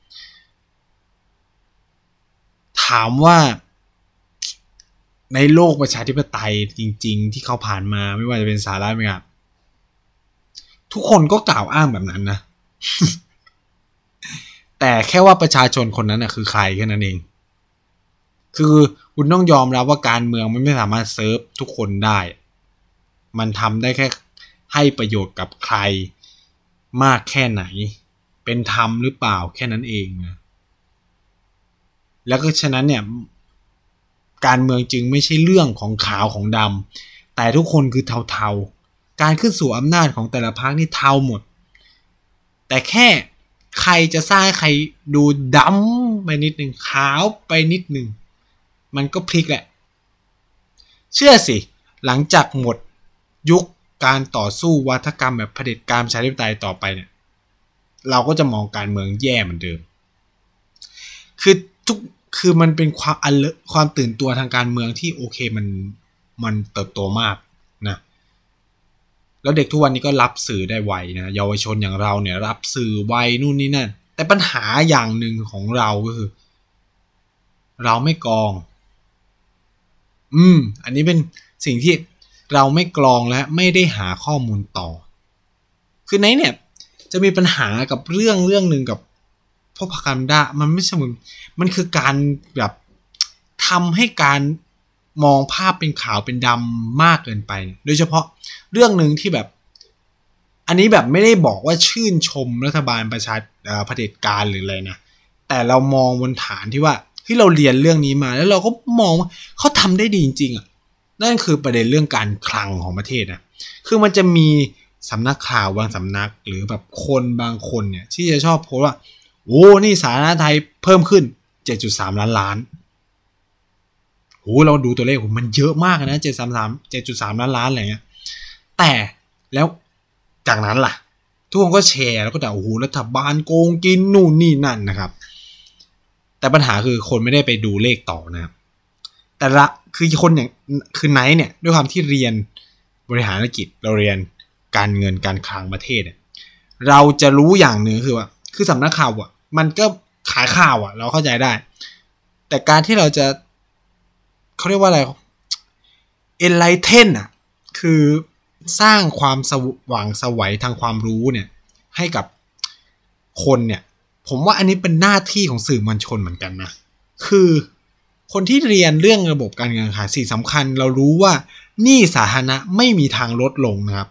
ถามว่าในโลกประชาธิปไตยจริงๆที่เขาผ่านมาไม่ว่าจะเป็นสหรัฐอเมริกาทุกคนก็กล่าวอ้างแบบนั้นนะ แต่แค่ว่าประชาชนคนนั้นนะคือใครแค่นั้นเองคือคุณต้องยอมรับว่าการเมืองมันไม่สามารถเซิร์ฟทุกคนได้มันทำได้แค่ให้ประโยชน์กับใครมากแค่ไหนเป็นธรรมหรือเปล่าแค่นั้นเองนะแล้วก็ฉะนั้นเนี่ยการเมืองจึงไม่ใช่เรื่องของขาวของดำแต่ทุกคนคือเทาๆการขึ้นสู่อำนาจของแต่ละพรรคนี่เทาหมดแต่แค่ใครจะสร้างให้ใครดูดำไปนิดนึงขาวไปนิดนึงมันก็พลิกแหละเชื่อสิหลังจากหมดยุคการต่อสู้วัฒกรรมแบบเผด็จการประชาธิปไตยต่อไปเนี่ยเราก็จะมองการเมืองแย่เหมือนเดิมคือทุกคือมันเป็นความอันเลความตื่นตัวทางการเมืองที่โอเคมันมันเติบโตมากนะแล้วเด็กทุกวันนี้ก็รับสื่อได้ไวนะเยาวชนอย่างเราเนี่ยรับสื่อไวนู่นนี่นั่นแต่ปัญหาอย่างหนึ่งของเราก็คือเราไม่กรองอืมอันนี้เป็นสิ่งที่เราไม่กรองและไม่ได้หาข้อมูลต่อคือไหนเนี่ยจะมีปัญหากับเรื่องเรื่องนึงกับพวกพากันดามันไม่ใช่มันมันคือการแบบทำให้การมองภาพเป็นขาวเป็นดำมากเกินไปโดยเฉพาะเรื่องนึงที่แบบอันนี้แบบไม่ได้บอกว่าชื่นชมรัฐบาลประชาเผด็จการหรืออะไรนะแต่เรามองบนฐานที่ว่าที่เราเรียนเรื่องนี้มาแล้วเราก็มองว่าเขาทำได้ดีจริงๆอ่ะนั่นคือประเด็นเรื่องการคลังของประเทศนะคือมันจะมีสำนักข่าวบางสำนักหรือแบบคนบางคนเนี่ยที่จะชอบโพสต์ว่าโอ้นี่สาธารณไทยเพิ่มขึ้น เจ็ดจุดสาม ล้านล้านโอ้เราดูตัวเลขมันเยอะมากนะเจ็ด สาม สาม เจ็ดจุดสาม ล้านล้านอะไรเงี้ยแต่แล้วจากนั้นล่ะทุกคนก็แชร์แล้วก็ด่าโอ้โหรัฐบาลโกงกินนู่นนี่นั่นนะครับแต่ปัญหาคือคนไม่ได้ไปดูเลขต่อนะครับแต่ละคือคนอย่างคือไนท์เนี่ยด้วยความที่เรียนบริหารธุรกิจเราเรียนการเงินการคลังประเทศเนี่ยเราจะรู้อย่างหนึ่งคือว่าคือสำนักข่าวอ่ะมันก็ขายข่าวอ่ะเราเข้าใจได้แต่การที่เราจะเขาเรียกว่าอะไร enlighten อ่ะคือสร้างความสว่างไสวทางความรู้เนี่ยให้กับคนเนี่ยผมว่าอันนี้เป็นหน้าที่ของสื่อมวลชนเหมือนกันนะคือคนที่เรียนเรื่องระบบการเงินการคลังสิ่งสำคัญเรารู้ว่าหนี้สาธารณะไม่มีทางลดลงนะครับ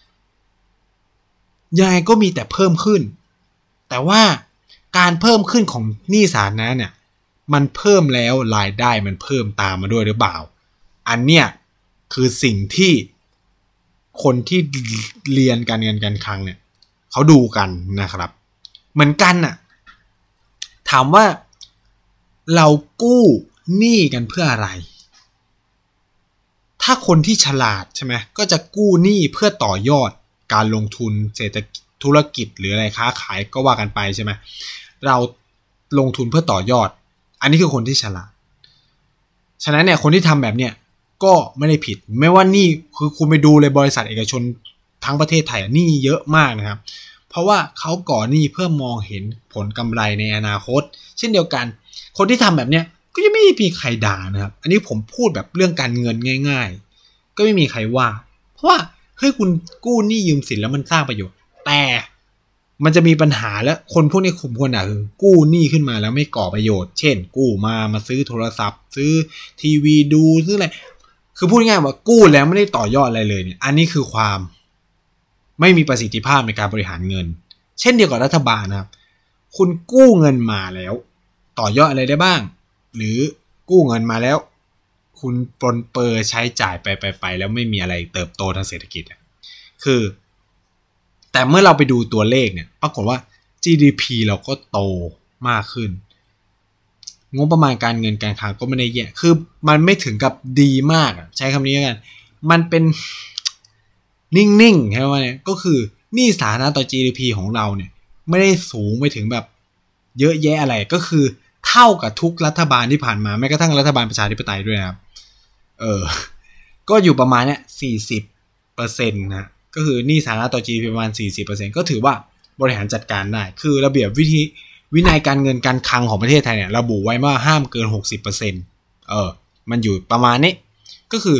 ยังไงก็มีแต่เพิ่มขึ้นแต่ว่าการเพิ่มขึ้นของหนี้สาธารณะเนี่ยมันเพิ่มแล้วรายได้มันเพิ่มตามมาด้วยหรือเปล่าอันเนี้ยคือสิ่งที่คนที่เรียนการเงินการคลังเนี่ยเขาดูกันนะครับเหมือนกันน่ะถามว่าเรากู้หนี้กันเพื่ออะไรถ้าคนที่ฉลาดใช่ไหมก็จะกู้หนี้เพื่อต่อยอดการลงทุนเศรษฐกิจธุรกิจหรืออะไรค้าขายก็ว่ากันไปใช่ไหมเราลงทุนเพื่อต่อยอดอันนี้คือคนที่ฉลาดฉะนั้นเนี่ยคนที่ทำแบบเนี้ยก็ไม่ได้ผิดไม่ว่านี่คือคุณไปดูเลยบริษัทเอกชนทั้งประเทศไทยหนี้เยอะมากนะครับเพราะว่าเขาก่อหนี้เพื่อมองเห็นผลกำไรในอนาคตเช่นเดียวกันคนที่ทำแบบเนี้ยก็ยังไม่มีใครด่านะครับอันนี้ผมพูดแบบเรื่องการเงินง่ายๆก็ไม่มีใครว่าเพราะว่าเฮ้ยคุณกู้หนี้ยืมสินแล้วมันสร้างประโยชน์แต่มันจะมีปัญหาแล้วคนพวกนี้คุมควรด่าคือกู้หนี้ขึ้นมาแล้วไม่ก่อประโยชน์เช่นกู้มามาซื้อโทรศัพท์ซื้อทีวีดูซื้ออะไรคือพูดง่ายๆว่ากู้แล้วไม่ได้ต่อยอดอะไรเลยเนี่ยอันนี้คือความไม่มีประสิทธิภาพในการบริหารเงินเช่นเดียวกับรัฐบาลนะครับคุณกู้เงินมาแล้วต่อยอดอะไรได้บ้างหรือกู้เงินมาแล้วคุณปรนเปอร์ใช้จ่ายไปไปไปแล้วไม่มีอะไรเติบโตทางเศรษฐกิจคือแต่เมื่อเราไปดูตัวเลขเนี่ยปรากฏว่า จี ดี พี เราก็โตมากขึ้นงบประมาณการเงินการคลังก็ไม่ได้แย่คือมันไม่ถึงกับดีมากใช้คำนี้กันมันเป็นนิ่งๆใช่ไหมเนี่ยก็คือหนี้สาธารณะต่อ จี ดี พี ของเราเนี่ยไม่ได้สูงไปถึงแบบเยอะแยะอะไรก็คือเท่ากับทุกรัฐบาลที่ผ่านมาแม้กระทั่งรัฐบาลประชาธิปไตยด้วยนะครับเออก็อยู่ประมาณเนี้ย สี่สิบเปอร์เซ็นต์ นะก็คือหนี้สาธารณะต่อ จี ดี พี ประมาณ สี่สิบเปอร์เซ็นต์ ก็ถือว่าบริหารจัดการได้คือระเบียบวิธีวินัยการเงินการคลังของประเทศไทยเนี่ยระบุไว้ว่าห้ามเกิน หกสิบเปอร์เซ็นต์ เออมันอยู่ประมาณนี้ก็คือ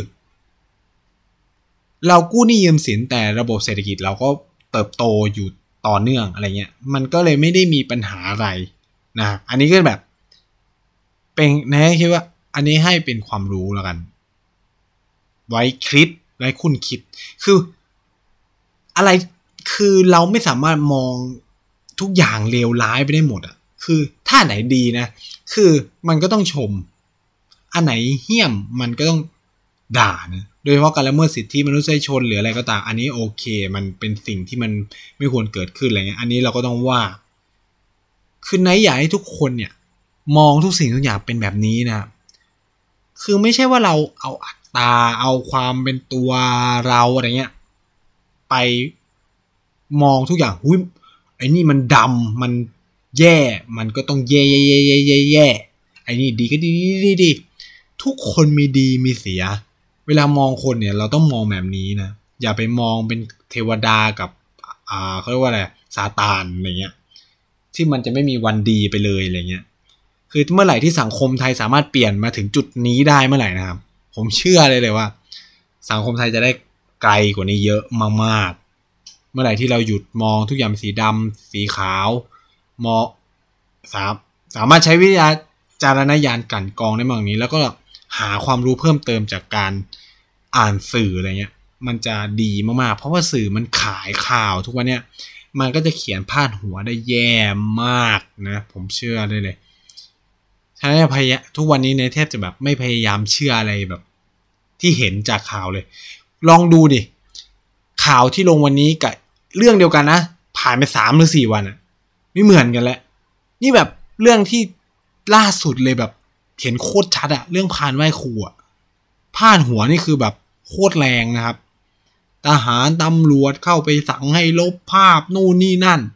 เรากู้หนี้ยืมสินแต่ระบบเศรษฐกิจเราก็เติบโตอยู่ต่อเนื่องอะไรเงี้ยมันก็เลยไม่ได้มีปัญหาอะไรนะอันนี้ก็แบบเป็นนะคิดว่าอันนี้ให้เป็นความรู้แล้วกันไว้คิดไว้คุณคิดคืออะไรคือเราไม่สามารถมองทุกอย่างเลวร้ายไปได้หมดอ่ะคือถ้าไหนดีนะคือมันก็ต้องชมอันไหนเหี้ยมมันก็ต้องด่านะโดยเฉพาะการละเมิดสิทธิมนุษยชนหรืออะไรก็ตามอันนี้โอเคมันเป็นสิ่งที่มันไม่ควรเกิดขึ้นอะไรเงี้ยอันนี้เราก็ต้องว่าคือไหนอยากให้ทุกคนเนี่ยมองทุกสิ่งทุกอย่างเป็นแบบนี้นะคือไม่ใช่ว่าเราเอาอัตตาเอาความเป็นตัวเราอะไรเงี้ยไปมองทุกอย่างหุ้ยไอ้นี่มันดำมันแย่มันก็ต้องแย่แย่แย่แย่แย่แย่ไอ้นี่ดีก็ดีดีดีทุกคนมีดีมีเสียเวลามองคนเนี่ยเราต้องมองแบบนี้นะอย่าไปมองเป็นเทวดากับอ่าเขาเรียกว่าอะไรซาตานอะไรเงี้ยที่มันจะไม่มีวันดีไปเลยอะไรเงี้ยคือเมื่อไหร่ที่สังคมไทยสามารถเปลี่ยนมาถึงจุดนี้ได้เมื่อไหร่นะครับผมเชื่อเลยเลยว่าสังคมไทยจะได้ไกลกว่านี้เยอะมากๆเมื่อไหร่ที่เราหยุดมองทุกอย่างเป็นสีดำสีขาวมองสามสามารถใช้วิทยาจารณญาณกลั่นกรองได้มากกว่านี้แล้วก็หาความรู้เพิ่มเติมจากการอ่านสื่ออะไรเงี้ยมันจะดีมากๆเพราะว่าสื่อมันขายข่าวทุกวันเนี้ยมันก็จะเขียนพาดหัวได้แย่มากนะผมเชื่อได้เลยใช่พยายามทุกวันนี้เนี่ยแทบจะแบบไม่พยายามเชื่ออะไรแบบที่เห็นจากข่าวเลยลองดูดิข่าวที่ลงวันนี้กับเรื่องเดียวกันนะผ่านไปสามหรือสี่วันอะไม่เหมือนกันแล้วนี่แบบเรื่องที่ล่าสุดเลยแบบเห็นโคตรชัดอะเรื่องพานไหว้ครูอะพาดหัวนี่คือแบบโคตรแรงนะครับทหารตำรวจเข้าไปสั่งให้ลบภาพนู่นนี่นั่น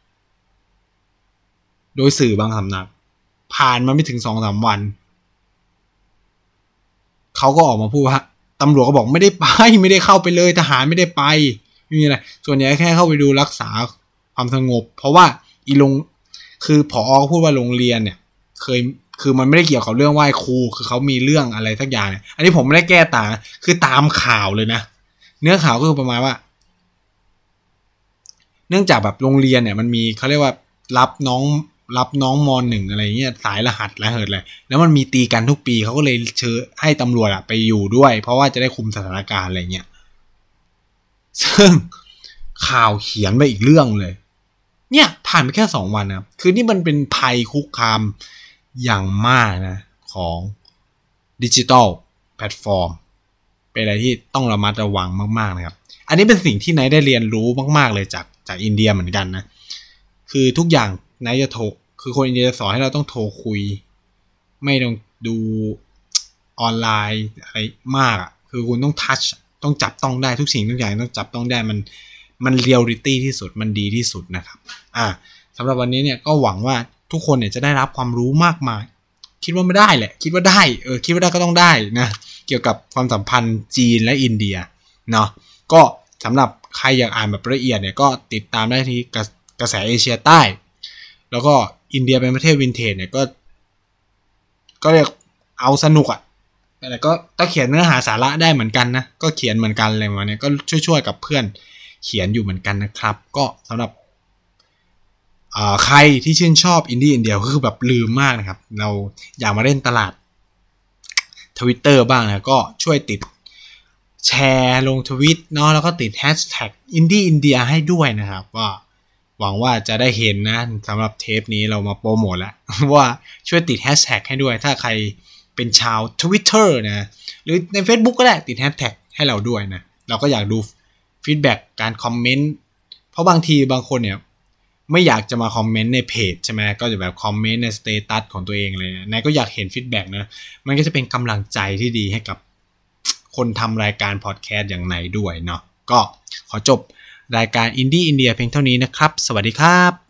โดยสื่อบางสำนักผ่านมาไม่ถึง สองถึงสาม วันเขาก็ออกมาพูดว่าตำรวจก็บอกไม่ได้ไปไม่ได้เข้าไปเลยทหารไม่ได้ไปไม่มีอะไรส่วนใหญ่แค่เข้าไปดูรักษาความสงบเพราะว่าอีลงคือผอ.ก็พูดว่าโรงเรียนเนี่ยเคยคือมันไม่ได้เกี่ยวกับเรื่องไหว้ครูคือเขามีเรื่องอะไรสักอย่างเนี่ยอันนี้ผมไม่ได้แก้ต่างคือตามข่าวเลยนะเนื้อข่าวก็คือประมาณว่าเนื่องจากแบบโรงเรียนเนี่ยมันมีเขาเรียกว่ารับน้องรับน้องมอหนึ่งอะไรเงี้ยสายรหัสรหัสอะไรแล้วมันมีตีกันทุกปีเขาก็เลยเชิญให้ตำรวจอะไปอยู่ด้วยเพราะว่าจะได้คุมสถานการณ์อะไรเงี้ยซึ่งข่าวเขียนไปอีกเรื่องเลยเนี่ยผ่านไปแค่สองวันนะคือนี่มันเป็นภัยคุกคามอย่างมากนะของดิจิทัลแพลตฟอร์มเป็นอะไรที่ต้องระมัดระวังมากๆนะครับอันนี้เป็นสิ่งที่ไนท์ได้เรียนรู้มากๆเลยจากจากอินเดียเหมือนกันนะคือทุกอย่างไนท์จะโทรคือคนอินเดียสอนให้เราต้องโทรคุยไม่ต้องดูออนไลน์อะไรมากอ่ะคือคุณต้องทัชต้องจับต้องได้ทุกสิ่งทุกอย่างต้องจับต้องได้มันมันเรียลลิตี้ที่สุดมันดีที่สุดนะครับอ่าสำหรับวันนี้เนี่ยก็หวังว่าทุกคนเนี่ยจะได้รับความรู้มากมายคิดว่าไม่ได้แหละคิดว่าได้เออคิดว่าได้ก็ต้องได้นะเกี่ยวกับความสัมพันธ์จีนและอินเดียเนาะก็สำหรับใครอยากอ่านแบบละเอียดเนี่ยก็ติดตามได้ที่กระแสเอเชียใต้แล้วก็อินเดียเป็นประเทศวินเทจเนี่ยก็ก็เรียกเอาสนุกอ่ะแต่ก็ต้องเขียนเนื้อหาสาระได้เหมือนกันนะก็เขียนเหมือนกันอะไรมาเนี่ยก็ช่วยๆกับเพื่อนเขียนอยู่เหมือนกันนะครับก็สำหรับใครที่ชื่นชอบอินดี้อินเดียก็คือแบบลืมมากนะครับเราอยากมาเล่นตลาด Twitter บ้างนะก็ช่วยติดแชร์ลงทวิตเนาะแล้วก็ติดแฮชแท็กอินดี้อินเดียให้ด้วยนะครับว่าหวังว่าจะได้เห็นนะสำหรับเทปนี้เรามาโปรโมทแล้วว่าช่วยติดแฮชแท็กให้ด้วยถ้าใครเป็นชาว Twitter นะหรือใน Facebook ก็ได้ติดแฮชแท็กให้เราด้วยนะเราก็อยากดูฟีดแบ็กการคอมเมนต์เพราะบางทีบางคนเนี่ยไม่อยากจะมาคอมเมนต์ในเพจใช่ไหมก็จะแบบคอมเมนต์ในสเตตัสของตัวเองเลยนายก็อยากเห็นฟีดแบ็กนะมันก็จะเป็นกำลังใจที่ดีให้กับคนทำรายการพอดแคสต์อย่างไหนด้วยเนาะก็ขอจบรายการอินดี้อินเดียเพียงเท่านี้นะครับสวัสดีครับ